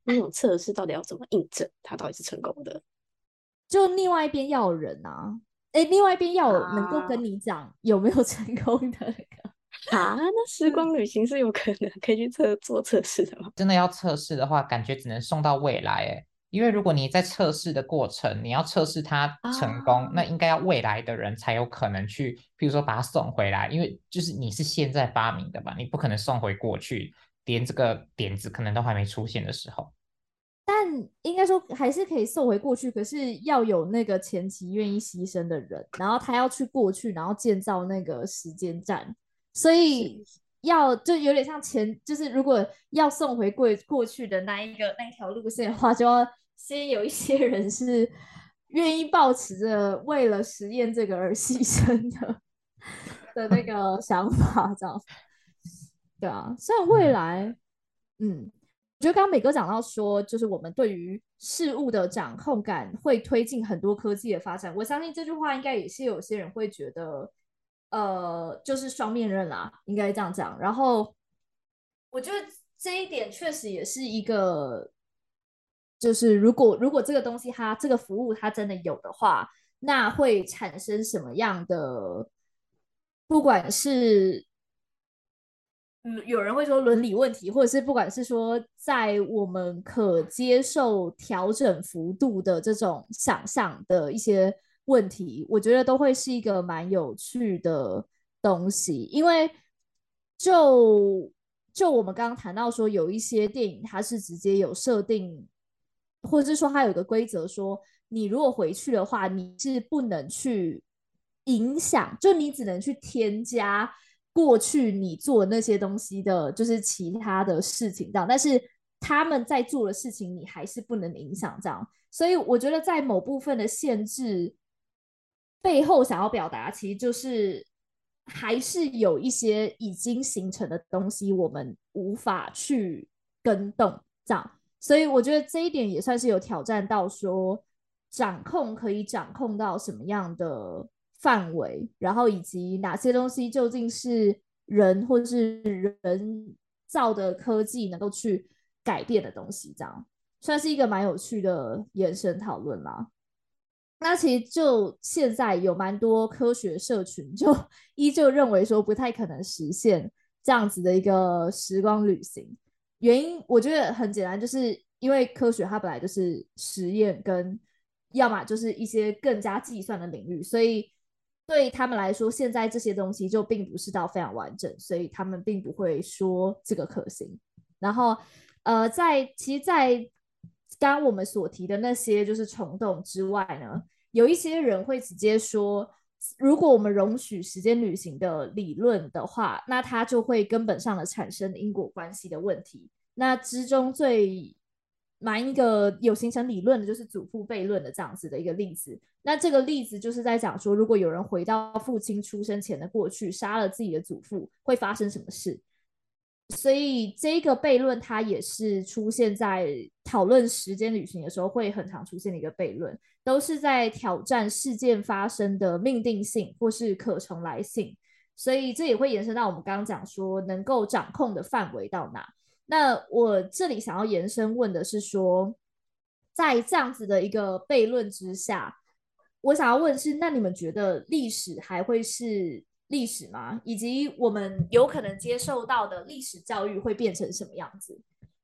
那种测试到底要怎么印证它到底是成功的就另外一边要有人啊，哎，另外一边要有能够啊？ 跟你讲有没有成功的那个。 啊，那时光旅行是有可能可以去测做测试的吗？ 真的要测试的话，感觉只能送到未来诶。因为如果你在测试的过程，你要测试它成功，那啊， 应该要未来的人才有可能去，比如说把它送回来，因为就是你是现在发明的吧，你不可能送回过去，连这个点子可能都还没出现的时候。 但应该说还是可以送回过去，可是要有那个前期愿意牺牲的人，然后他要去过去，然后建造那个时间站，所以是要就有点像前，就是如果要送回过过去的那一个那一条路线的话，就要先有一些人是愿意抱持着为了实验这个而牺牲的的那个想法，这样。对啊，虽然未嗯， 来，嗯，我觉得刚刚美哥讲到说，就是我们对于事物的掌控感会推进很多科技的发展。我相信这句话应该也是有些人会觉得，呃，就是双面刃啦，应该这样讲。然后我觉得这一点确实也是一个，就是如果如果这个东西它这个服务它真的有的话，那会产生什么样的，不管是嗯，有人会说伦理问题，或者是不管是说在我们可接受调整幅度的这种想象的一些问题，我觉得都会是一个蛮有趣的东西。因为就就我们刚刚谈到说，有一些电影它是直接有设定，或者是说它有一个规则说，你如果回去的话，你是不能去影响，就你只能去添加过去你做那些东西的，就是其他的事情这样，但是他们在做的事情，你还是不能影响这样。所以我觉得在某部分的限制背后，想要表达其实就是还是有一些已经形成的东西，我们无法去跟动这样。所以我觉得这一点也算是有挑战到说，掌控可以掌控到什么样的范围，然后以及哪些东西究竟是人或是人造的科技能够去改变的东西，这样算是一个蛮有趣的延伸讨论啦。那其实就现在有蛮多科学社群就依旧认为说不太可能实现这样子的一个时光旅行。原因我觉得很简单，就是因为科学它本来就是实验跟要么就是一些更加计算的领域，所以对他们来说，现在这些东西就并不是到非常完整，所以他们并不会说这个可行。然后呃，在其实，在刚刚我们所提的那些就是虫洞之外呢，有一些人会直接说，如果我们容许时间旅行的理论的话，那它就会根本上的产生因果关系的问题。那之中最蛮一个有形成理论的，就是祖父悖论的这样子的一个例子。那这个例子就是在讲说，如果有人回到父亲出生前的过去，杀了自己的祖父，会发生什么事？所以这个悖论它也是出现在讨论时间旅行的时候会很常出现的一个悖论，都是在挑战事件发生的命定性或是可重来性。所以这也会延伸到我们刚刚讲说能够掌控的范围到哪。那我这里想要延伸问的是说，在这样子的一个悖论之下，我想要问是，那你们觉得历史还会是历史吗？以及我们有可能接受到的历史教育会变成什么样子？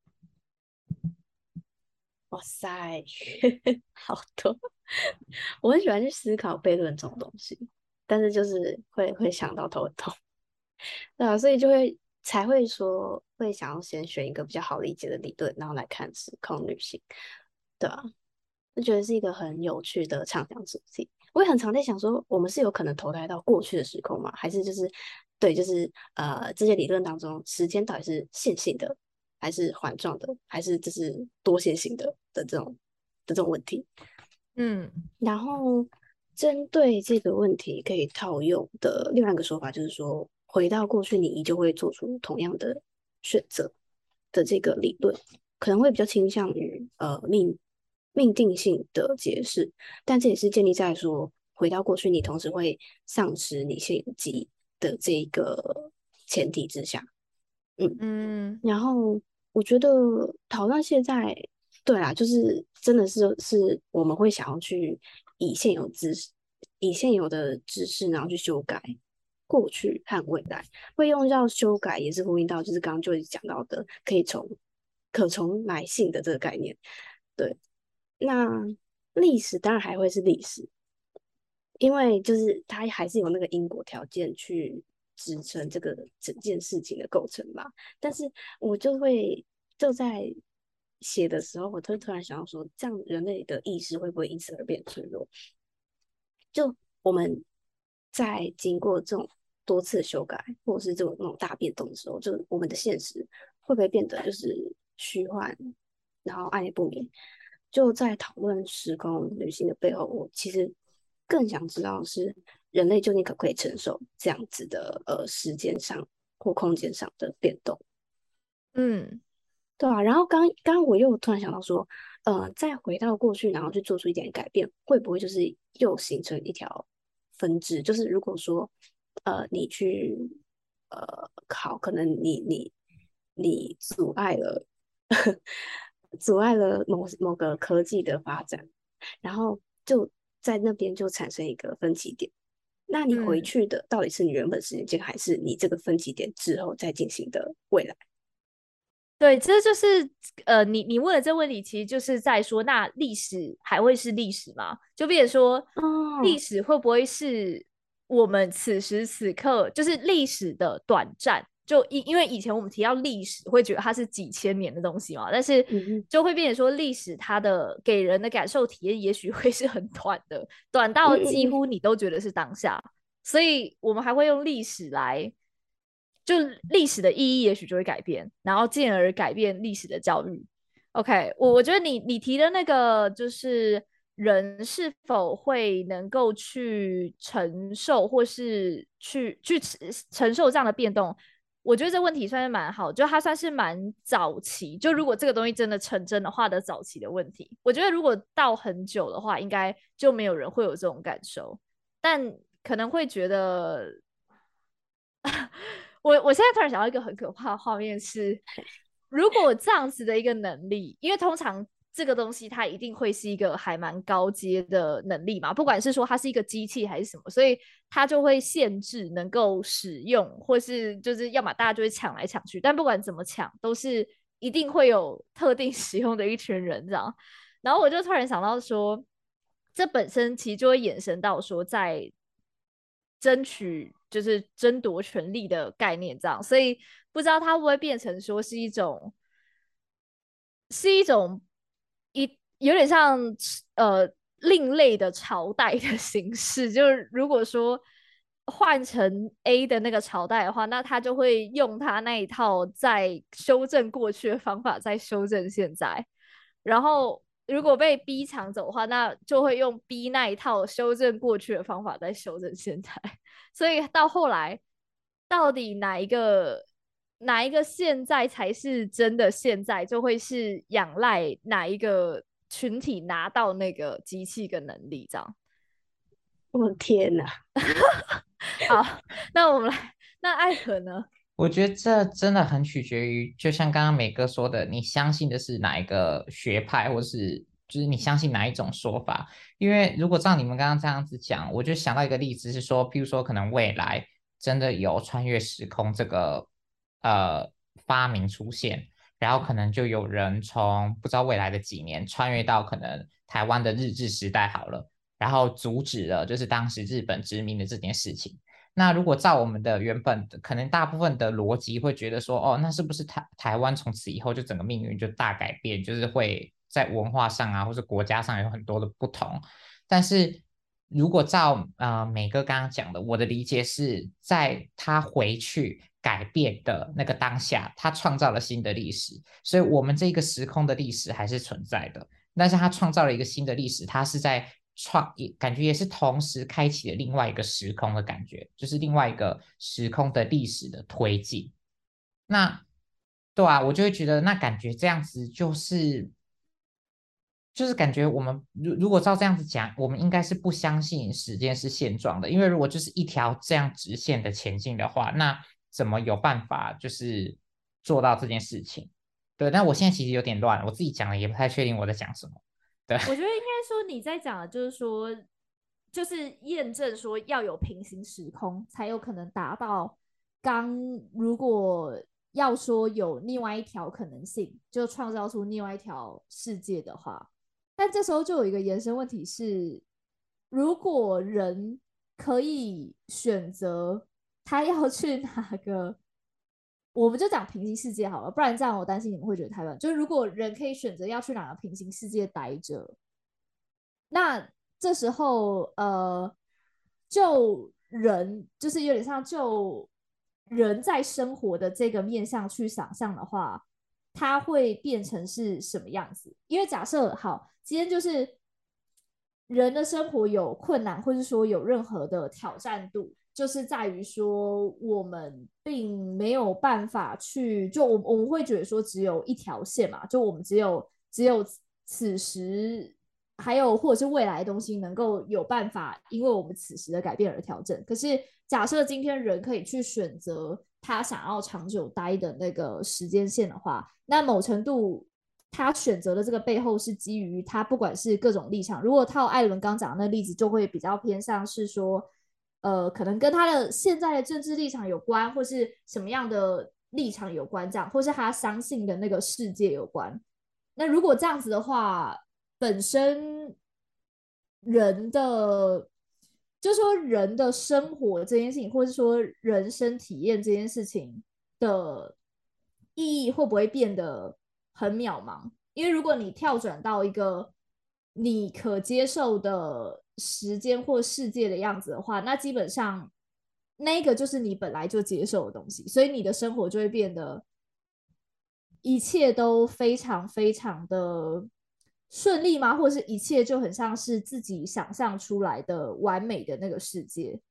哇塞，好多！我很喜欢去思考悖论这种东西，但是就是会会想到头很痛，对啊，所以就会才会说会想要先选一个比较好理解的理论，然后来看时空旅行，对啊，就觉得是一个很有趣的畅想主题。我也很常在想说，我们是有可能投胎到过去的时空吗？还是就是对，就是呃，这些理论当中，时间到底是线性的，还是环状的，还是就是多线性的的这种的这种问题？ 嗯然后针对这个问题，可以套用的另外一个说法就是说，回到过去，你依旧会做出同样的选择的这个理论，可能会比较倾向于呃命命定性的解释，但这也是建立在说，回到过去，你同时会丧失你现有记忆的这个前提之下。嗯， 嗯然后我觉得讨论现在，对啦，就是真的是是我们会想要去以现有知识，以现有的知识，然后去修改过去和未来。会用到修改，也是呼应到就是刚刚就讲到的，可以从可重来性的这个概念。对，那历史当然还会是历史，因为就是它还是有那个因果条件去支撑这个整件事情的构成嘛。但是我就会就在写的时候，我突突然想到说，这样人类的意识会不会因此而变脆弱？就我们在经过这种多次修改，或者是这种那种大变动的时候，就我们的现实会不会变得就是虚幻，然后暗夜不明？就在讨论时空旅行的背后，我其实更想知道的是人类究竟可不可以承受这样子的呃时间上或空间上的变动。 嗯， 对啊，然后刚刚我又突然想到说，呃，再回到过去，然后去做出一点改变，会不会就是又形成一条分支？就是如果说，呃，你去呃考，可能你你你阻碍了阻碍了某某个科技的发展，然后就在那边就产生一个分歧点。那你回嗯。 去的到底是你原本时间线，还是你这个分歧点之后再进行的未来？ 对，这就是呃，你你问的这个问题，其实就是在说，那历史还会是历史吗？就变成说，历哦， 史会不会是我们此时此刻就是历史的短暂？就因因为以前我们提到历史，会觉得它是几千年的东西嘛，但是嗯哼。 就会变成说，历史它的给人的感受体验，也许会是很短的，短嗯到几嗯嗯， 乎你都觉得是当下。所以我们还会用历史来，就历史的意义也许就会改变，然后进而改变历史的教育。OK，我我觉得你你提的那个就是人是否会能够去承受，或是去去承受这样的变动，我觉得这问题算是蛮好，就它算是蛮早期。就如果这个东西真的成真的话的早期的问题，我觉得如果到很久的话，应该就没有人会有这种感受。但可能会觉得，我我现在突然想到一个很可怕的画面是，如果这样子的一个能力，因为通常这个东西它一定会是一个还蛮高阶的能力嘛，不管是说它是一个机器还是什么，所以它就会限制能够使用，或是就是要么大家就会抢来抢去，但不管怎么抢，都是一定会有特定使用的一群人这样。然后我就突然想到说，这本身其实就会衍生到说，在争取就是争夺权力的概念这样，所以不知道它会不会变成说是一种是一种一有点像呃另类的朝代的形式，就是如果说换成 A 的那个朝代的话，那他就会用他那一套在修正过去的方法，再修正现在。然后如果被 B 抢走的话，那就会用 B 那一套修正过去的方法再修正现在。所以到后来，到底哪一个哪一个现在才是真的现在，就会是仰赖哪一个群体拿到那个机器跟能力这样。 我的天哪！ 好，那我们来，那艾可呢？ 我觉得这真的很取决于，就像刚刚美哥说的，你相信的是哪一个学派，或是就是你相信哪一种说法。因为如果照你们刚刚这样子讲，我就想到一个例子是说，譬如说可能未来真的有穿越时空这个呃发明出现，然后可能就有人从不知道未来的几年穿越到可能台湾的日治时代好了，然后阻止了就是当时日本殖民的这件事情。那如果照我们的原本的，可能大部分的逻辑会觉得说，哦，那是不是台台湾从此以后就整个命运就大改变，就是会在文化上啊，或是国家上有很多的不同。但是如果照呃美哥刚刚讲的，我的理解是在他回去改变的那个当下，他创造了新的历史，所以我们这个时空的历史还是存在的。但是他创造了一个新的历史，他是在创，感觉也是同时开启了另外一个时空的感觉，就是另外一个时空的历史的推进。那对啊，我就会觉得那感觉这样子就是就是感觉我们如如果照这样子讲，我们应该是不相信时间是现状的，因为如果就是一条这样直线的前进的话，那怎么有办法就是做到这件事情？ 对，但我现在其实有点乱，我自己讲的也不太确定我在讲什么。对， 我觉得应该说你在讲的就是说，就是验证说要有平行时空，才有可能达到刚如果要说有另外一条可能性，就创造出另外一条世界的话，但这时候就有一个延伸问题是，如果人可以选择他要去哪个，我们就讲平行世界好了，不然这样我担心你们会觉得太乱。就是如果人可以选择要去哪个平行世界待着，那这时候呃，就人就是有点像就人在生活的这个面向去想象的话，它会变成是什么样子？因为假设好，今天就是人的生活有困难，或是说有任何的挑战度，就是在于说我们并没有办法去，就我我们会觉得说只有一条线嘛，就我们只有只有此时还有或者是未来的东西能够有办法因为我们此时的改变而调整。可是假设今天人可以去选择他想要长久待的那个时间线的话，那某程度他选择的这个背后是基于他不管是各种立场，如果套艾伦刚讲的那个例子，就会比较偏向是说，呃，可能跟他的现在的政治立场有关，或是什么样的立场有关，这样，或是他相信的那个世界有关。那如果这样子的话，本身人的，就说人的生活这件事情，或是说人生体验这件事情的意义会不会变得很渺茫？因为如果你跳转到一个你可接受的时间或世界的样子的话，那基本上那个就是你本来就接受的东西，所以你的生活就会变得一切都非常非常的顺利吗？或者是一切就很像是自己想象出来的完美的那个世界？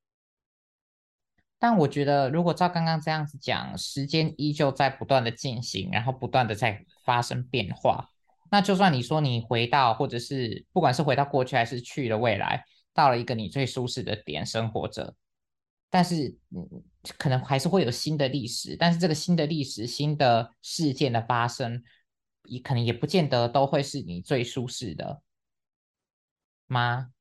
但我觉得如果照刚刚这样子讲，时间依旧在不断的进行，然后不断的在发生变化。那就算你说你回到，或者是不管是回到过去还是去了未来，到了一个你最舒适的点生活着，但是嗯，可能还是会有新的历史，但是这个新的历史、新的事件的发生，也可能也不见得都会是你最舒适的吗？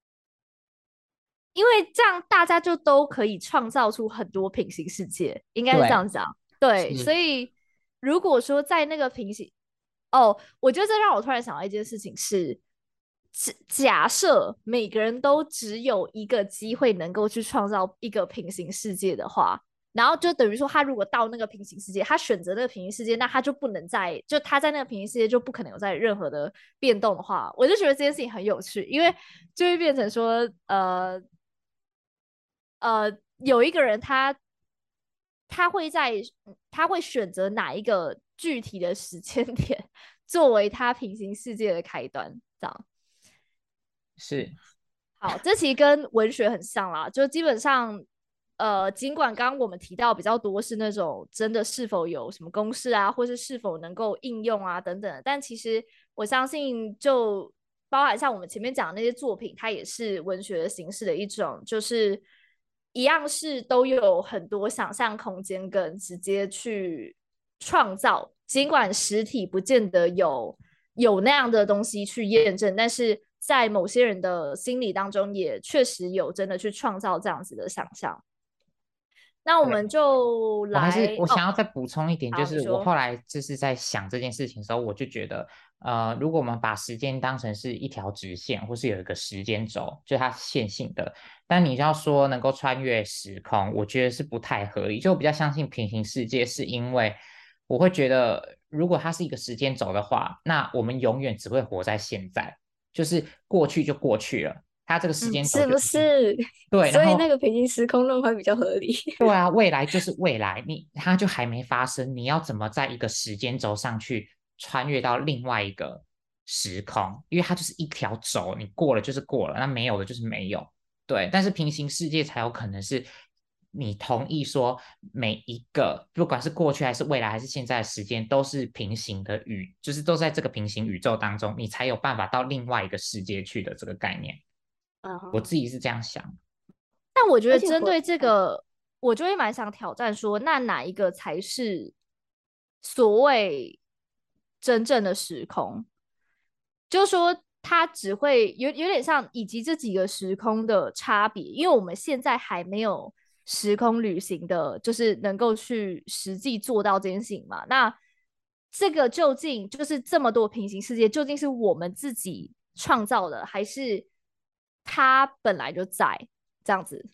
因为这样大家就都可以创造出很多平行世界，应该是这样对， 讲。对，所是， 以如果说在那个平行，哦，我觉得这让我突然想到一件事情是，假设每个人都只有一个机会能够去创造一个平行世界的话，然后就等于说，他如果到那个平行世界，他选择那个平行世界，那他就不能再，就他在那个平行世界就不可能有在任何的变动的话，我就觉得这件事情很有趣，因为就会变成说，呃呃，有一个人他他会在他会选择哪一个具体的时间点作为他平行世界的开端，这样。 是， 好，这其实跟文学很像啦，就基本上，呃，尽管刚刚我们提到比较多是那种真的是否有什么公式啊，或是是否能够应用啊等等，但其实我相信，就包含像我们前面讲的那些作品，它也是文学的形式的一种，就是一样是都有很多想象空间跟直接去创造，尽管实体不见得有有那样的东西去验证，但是在某些人的心理当中，也确实有真的去创造这样子的想象。那我们对。 就我还是来哦， 我想要再补充一点，就好，你说， 是我后来就是在想这件事情的时候，我就觉得，呃，如果我们把时间当成是一条直线，或是有一个时间轴，就它线性的，但你要说能够穿越时空，我觉得是不太合理。就我比较相信平行世界，是因为我会觉得，如果它是一个时间轴的话，那我们永远只会活在现在，就是过去就过去了，它这个时嗯， 间轴是不就已经是？ 对，然所以那后个平行时空论会比较合理。 对啊，未来就是未来，你它就还没发生，你要怎么在一个时间轴上去穿越到另外一个时空？因为它就是一条轴，你过了就是过了，那没有的就是没有。对，但是平行世界才有可能是你同意说每一个不管是过去还是未来还是现在的时间都是平行的宇，就是都在这个平行宇宙当中，你才有办法到另外一个世界去的这个概念。我嗯， 自己是这样想。 但我觉而且回， 得针对这嗯个，我就会蛮想挑战说，那哪一个才是所谓真正的时空，就是说它只会有有点像以及这几个时空的差别，因为我们现在还没有时空旅行的，就是能够去实际做到这件事情嘛。那这个究竟就是这么多平行世界，究竟是我们自己创造的，还是它本来就在这样子？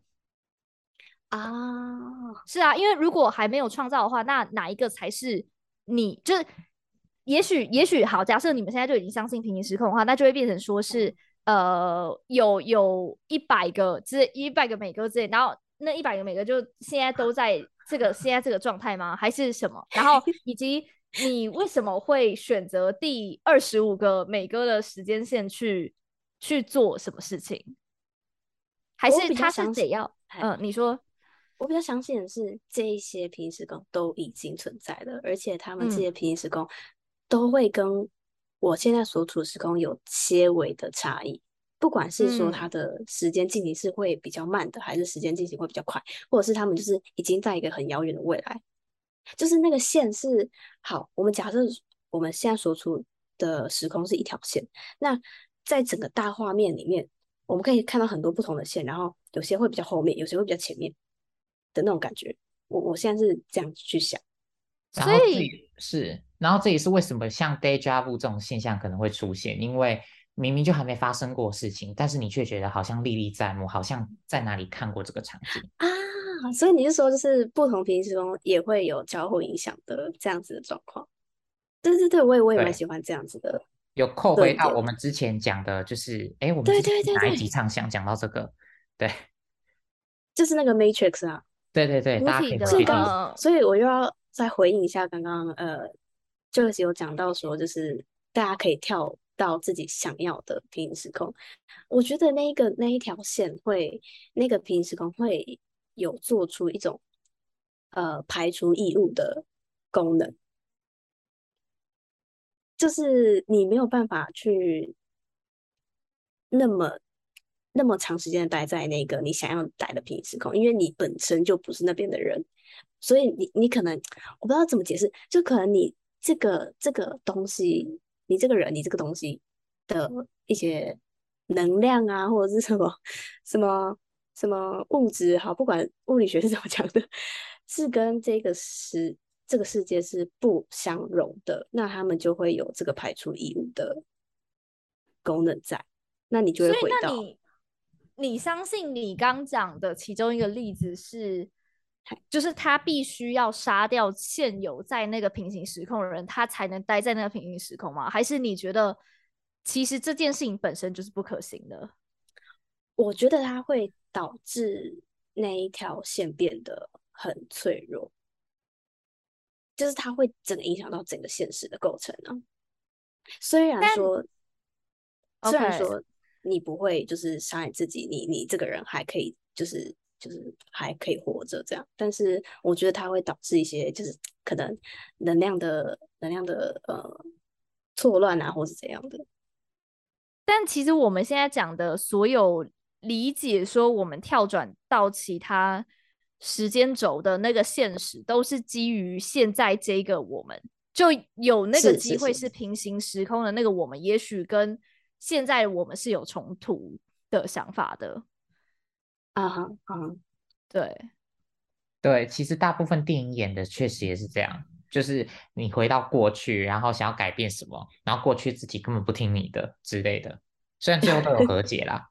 啊， 是啊，因为如果还没有创造的话，那哪一个才是你？就是也许，也许好，假设你们现在就已经相信平行时空的话，那就会变成说是、嗯、呃，有有一百个之一百个美歌之类，然后那一百个美歌就现在都在这个现在这个状态吗？还是什么？然后以及你为什么会选择第二十五个美歌的时间线去去做什么事情？还是他是得要？嗯、呃，你说。 我比较相信的是，这一些平行时空都已经存在了，而且他们这些平行时空都会跟我现在所处的时空有些微的差异。不管是说它的时间进行是会比较慢的，还是时间进行会比较快，或者是他们就是已经在一个很遥远的未来，就是那个线是好。我们假设我们现在所处的时空是一条线，那在整个大画面里面，我们可以看到很多不同的线，然后有些会比较后面，有些会比较前面的那种感觉。我我现在是这样去想， 然后这也是，然后这也是为什么像 deja vu 这种现象可能会出现，因为明明就还没发生过事情，但是你却觉得好像历历在目，好像在哪里看过这个场景啊。所以你是说，就是不同平行时空也会有交互影响的这样子的状况？对对对，我也我也蛮喜欢这样子的。 有扣回到我们之前讲的，就是哎，我们之前哪一集畅想讲到这个？对， 就是那个 Matrix 啊。 对对对，大家可以所以刚，所以我又要再回应一下刚刚呃，就是有讲到说，就是大家可以跳到自己想要的平行时空。我觉得那一个那一条线会，那个平行时空会有做出一种呃排除异物的功能，就是你没有办法去那么那么长时间的待在那个你想要待的平行时空，因为你本身就不是那边的人，所以你你可能我不知道怎么解释，就可能你这个这个东西，你这个人，你这个东西的一些能量啊，或者是什么什么什么物质，好，不管物理学是怎么讲的，是跟这个世这个世界是不相容的，那他们就会有这个排除异物的功能在，那你就会回到。 你相信你刚讲的其中一个例子是，就是他必须要杀掉现有在那个平行时空的人，他才能待在那个平行时空吗？还是你觉得其实这件事情本身就是不可行的？ 我觉得它会导致那一条线变得很脆弱，就是它会整个影响到整个现实的构成啊。虽然说，虽然说。你不会就是杀害自己，你你这个人还可以就是就是还可以活着这样，但是我觉得它会导致一些就是可能能量的能量的呃错乱啊，或是怎样的。 但其实我们现在讲的所有理解说我们跳转到其他时间轴的那个现实，都是基于现在这个我们就有那个机会是平行时空的那个我们，也许跟现在我们是有冲突的想法的啊哈啊， 对对，其实大部分电影演的确实也是这样，就是你回到过去，然后想要改变什么，然后过去自己根本不听你的之类的，虽然最后都有和解啦。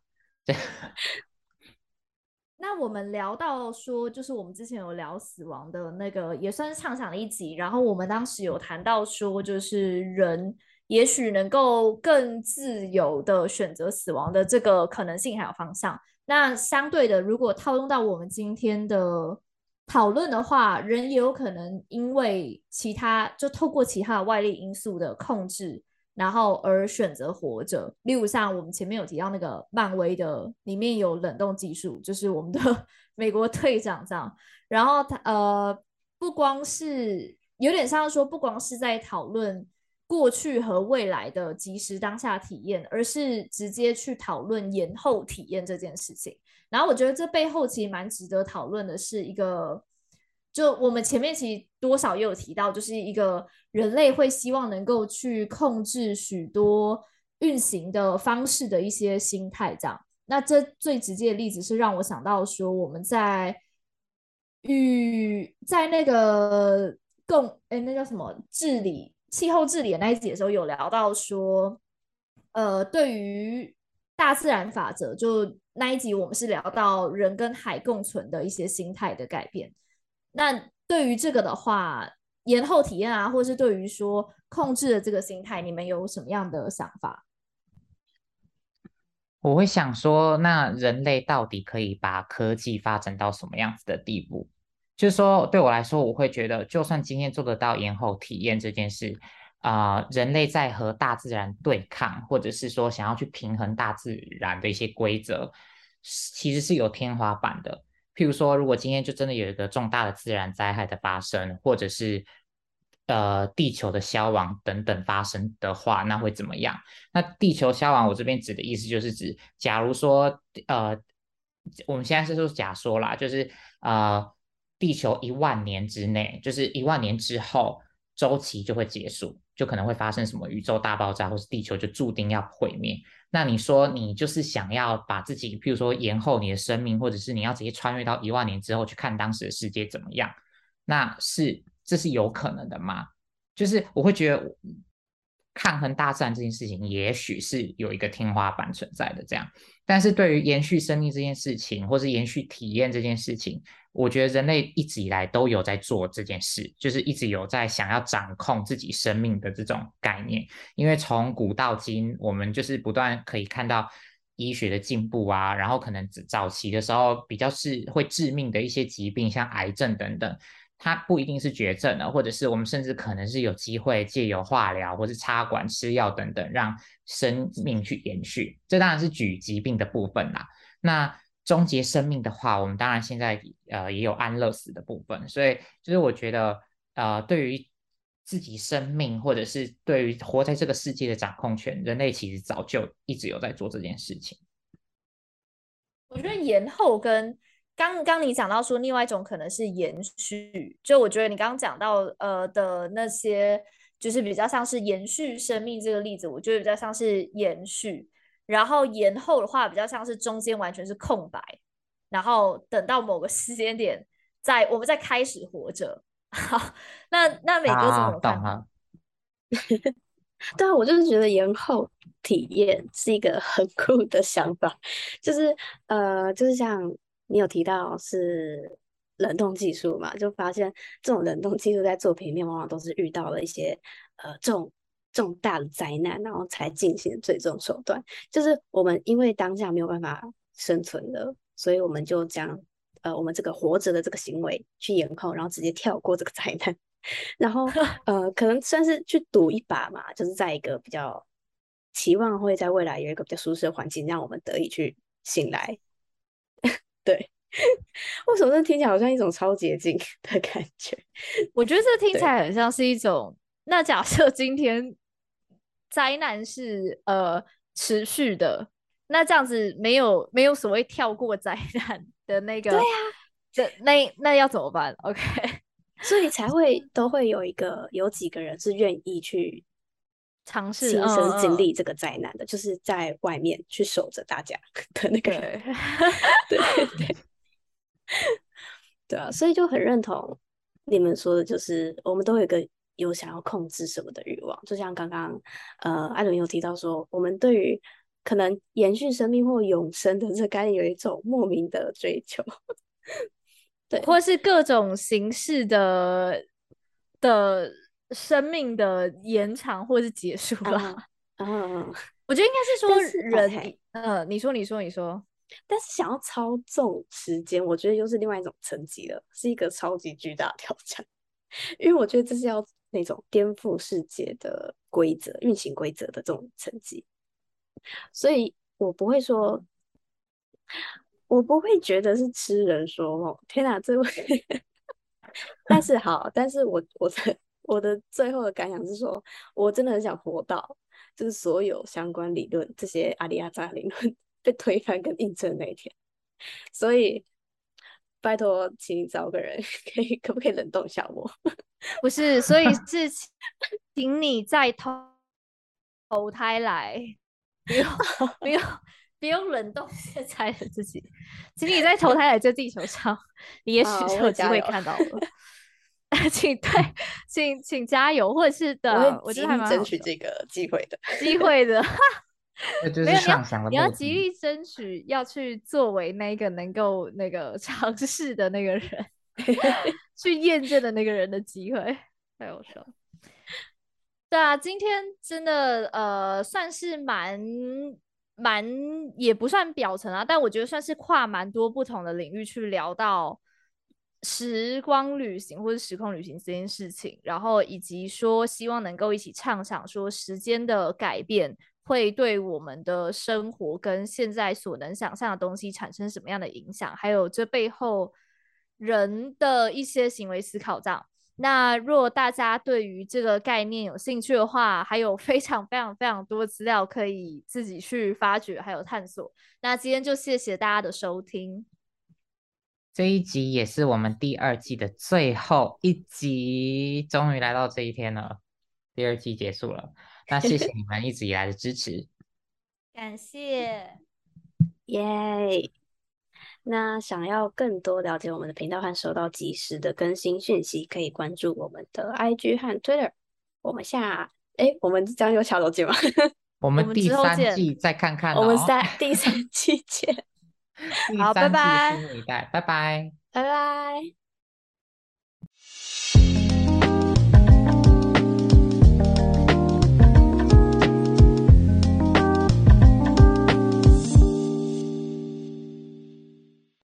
那我们聊到说，就是我们之前有聊死亡的那个，也算是畅想的一集，然后我们当时有谈到说，就是人也许能够更自由的选择死亡的这个可能性还有方向。那相对的，如果套用到我们今天的讨论的话，人也有可能因为其他就透过其他的外力因素的控制，然后而选择活着。例如像我们前面有提到那个漫威的里面有冷冻技术，就是我们的美国队长这样。然后他呃不光是有点像说，不光是在讨论过去和未来的即时当下体验，而是直接去讨论延后体验这件事情。然后我觉得这背后其实蛮值得讨论的是一个就我们前面其实多少也有提到，就是一个人类会希望能够去控制许多运行的方式的一些心态，这样。那这最直接的例子是让我想到说，我们在与在那个共哎那叫什么治理气候治理的那一集的时候，有聊到说，呃，对于大自然法则，就那一集我们是聊到人跟海共存的一些心态的改变。那对于这个的话，延后体验啊，或是对于说控制的这个心态，你们有什么样的想法？ 我会想说，那人类到底可以把科技发展到什么样子的地步？就是说，对我来说，我会觉得，就算今天做得到延后体验这件事，啊、呃人类在和大自然对抗，或者是说想要去平衡大自然的一些规则，其实是有天花板的。譬如说，如果今天就真的有一个重大的自然灾害的发生，或者是呃地球的消亡等等发生的话，那会怎么样？那地球消亡，我这边指的意思就是指，假如说呃，我们现在是说假说啦，就是呃，地球一万年之内，就是一万年之后，周期就会结束，就可能会发生什么宇宙大爆炸，或是地球就注定要毁灭。那你说你就是想要把自己，譬如说延后你的生命，或者是你要直接穿越到一万年之后去看当时的世界怎么样？那是这是有可能的吗？就是我会觉得抗衡大自然这件事情，也许是有一个天花板存在的这样。但是对于延续生命这件事情，或是延续体验这件事情，我觉得人类一直以来都有在做这件事，就是一直有在想要掌控自己生命的这种概念。因为从古到今，我们就是不断可以看到医学的进步啊，然后可能早期的时候比较是会致命的一些疾病，像癌症等等。它不一定是绝症的，或者是我们甚至可能是有机会借由化疗或是插管吃药等等，让生命去延续。这当然是举疾病的部分啦。那终结生命的话，我们当然现在呃也有安乐死的部分，所以就是我觉得呃对于自己生命或者是对于活在这个世界的掌控权，人类其实早就一直有在做这件事情。 我觉得延后跟刚刚你讲到说，另外一种可能是延续，就我觉得你刚刚讲到呃的那些，就是比较像是延续生命这个例子，我觉得比较像是延续，然后延后的话比较像是中间完全是空白，然后等到某个时间点再我们再开始活着。好，那那美哥怎啊， 么看呢？ 懂了。 对啊，我就是觉得延后体验是一个很酷的想法，就是呃，就是像你有提到是冷冻技术嘛，就发现这种冷冻技术在作品里面往往都是遇到了一些呃重重大的灾难，然后才进行最终手段。就是我们因为当下没有办法生存了，所以我们就将呃我们这个活着的这个行为去延后，然后直接跳过这个灾难。然后呃，可能算是去赌一把嘛，就是在一个比较期望会在未来有一个比较舒适的环境，让我们得以去醒来。对，为什么这听起来好像一种超捷径的感觉？ 我觉得这听起对来很像是一种，那假设今天灾难是呃持续的，那这样子没有没有所谓跳过灾难的那个， 对啊， 的那那要怎么办？OK， 所以才会都会有一个有几个人是愿意去尝试， 亲身经嗯嗯， 历这个灾难的，就是在外面去守着大家的那个人。 对， 对对对啊，所以就很认同你们说的，就是我们都有一个有想要控制什么的欲望，就像刚刚呃艾伦有提到说，我们对于可能延续生命或永生的这个概念有一种莫名的追求。对或是各种形式的的生命的延长或是结束啊啦。 啊， 我觉得应该是说但是啊嘿， 人，呃，你说你说你说。 但是想要操纵时间，我觉得又是另外一种层级了，是一个超级巨大的挑战。因为我觉得这是要那种颠覆世界的规则、运行规则的这种层级，所以我不会说，我不会觉得是痴人说梦。天哪，这位！但是好，但是我我的我的最后的感想是说，我真的很想活到，就是所有相关理论这些阿里亚扎理论被推翻跟印证那一天。所以拜托，请你找个人，可以可不可以冷冻小我？ 不是，所以是请你再投投胎来，不用不用不用冷冻现在的自己，请你再投胎来这地球上，你也许好， 就有机会我会加油， 看到了。请对，请请加油，或者是我的， 会我觉得还极力争蛮好笑， 取这个机会的。 机会的。 这就没有，你要是上翔的你要目的。 极力争取，要去作为那个能够那个尝试的那个人，去验证的那个人的机会，太好笑了。对啊，今天真的呃，算是蛮蛮也不算表层啊，但我觉得算是跨蛮多不同的领域去聊到时光旅行或者时空旅行这件事情，然后以及说希望能够一起畅想说时间的改变会对我们的生活跟现在所能想象的东西产生什么样的影响，还有这背后人的一些行为思考这样。那若大家对于这个概念有兴趣的话，还有非常非常非常多资料可以自己去发掘还有探索。那今天就谢谢大家的收听。 这一集也是我们第二季的最后一集，终于来到这一天了，第二季结束了。那谢谢你们一直以来的支持， 感谢， 耶！那想要更多了解我们的频道和收到及时的更新讯息，可以关注我们的 I G 和 Twitter。我们下，哎，我们将有小楼见吗？ 我我们们第三之后见。 季再看看我们哦。 三第三期见， 第好，拜三季拜。 拭目以待，拜拜。 拜拜。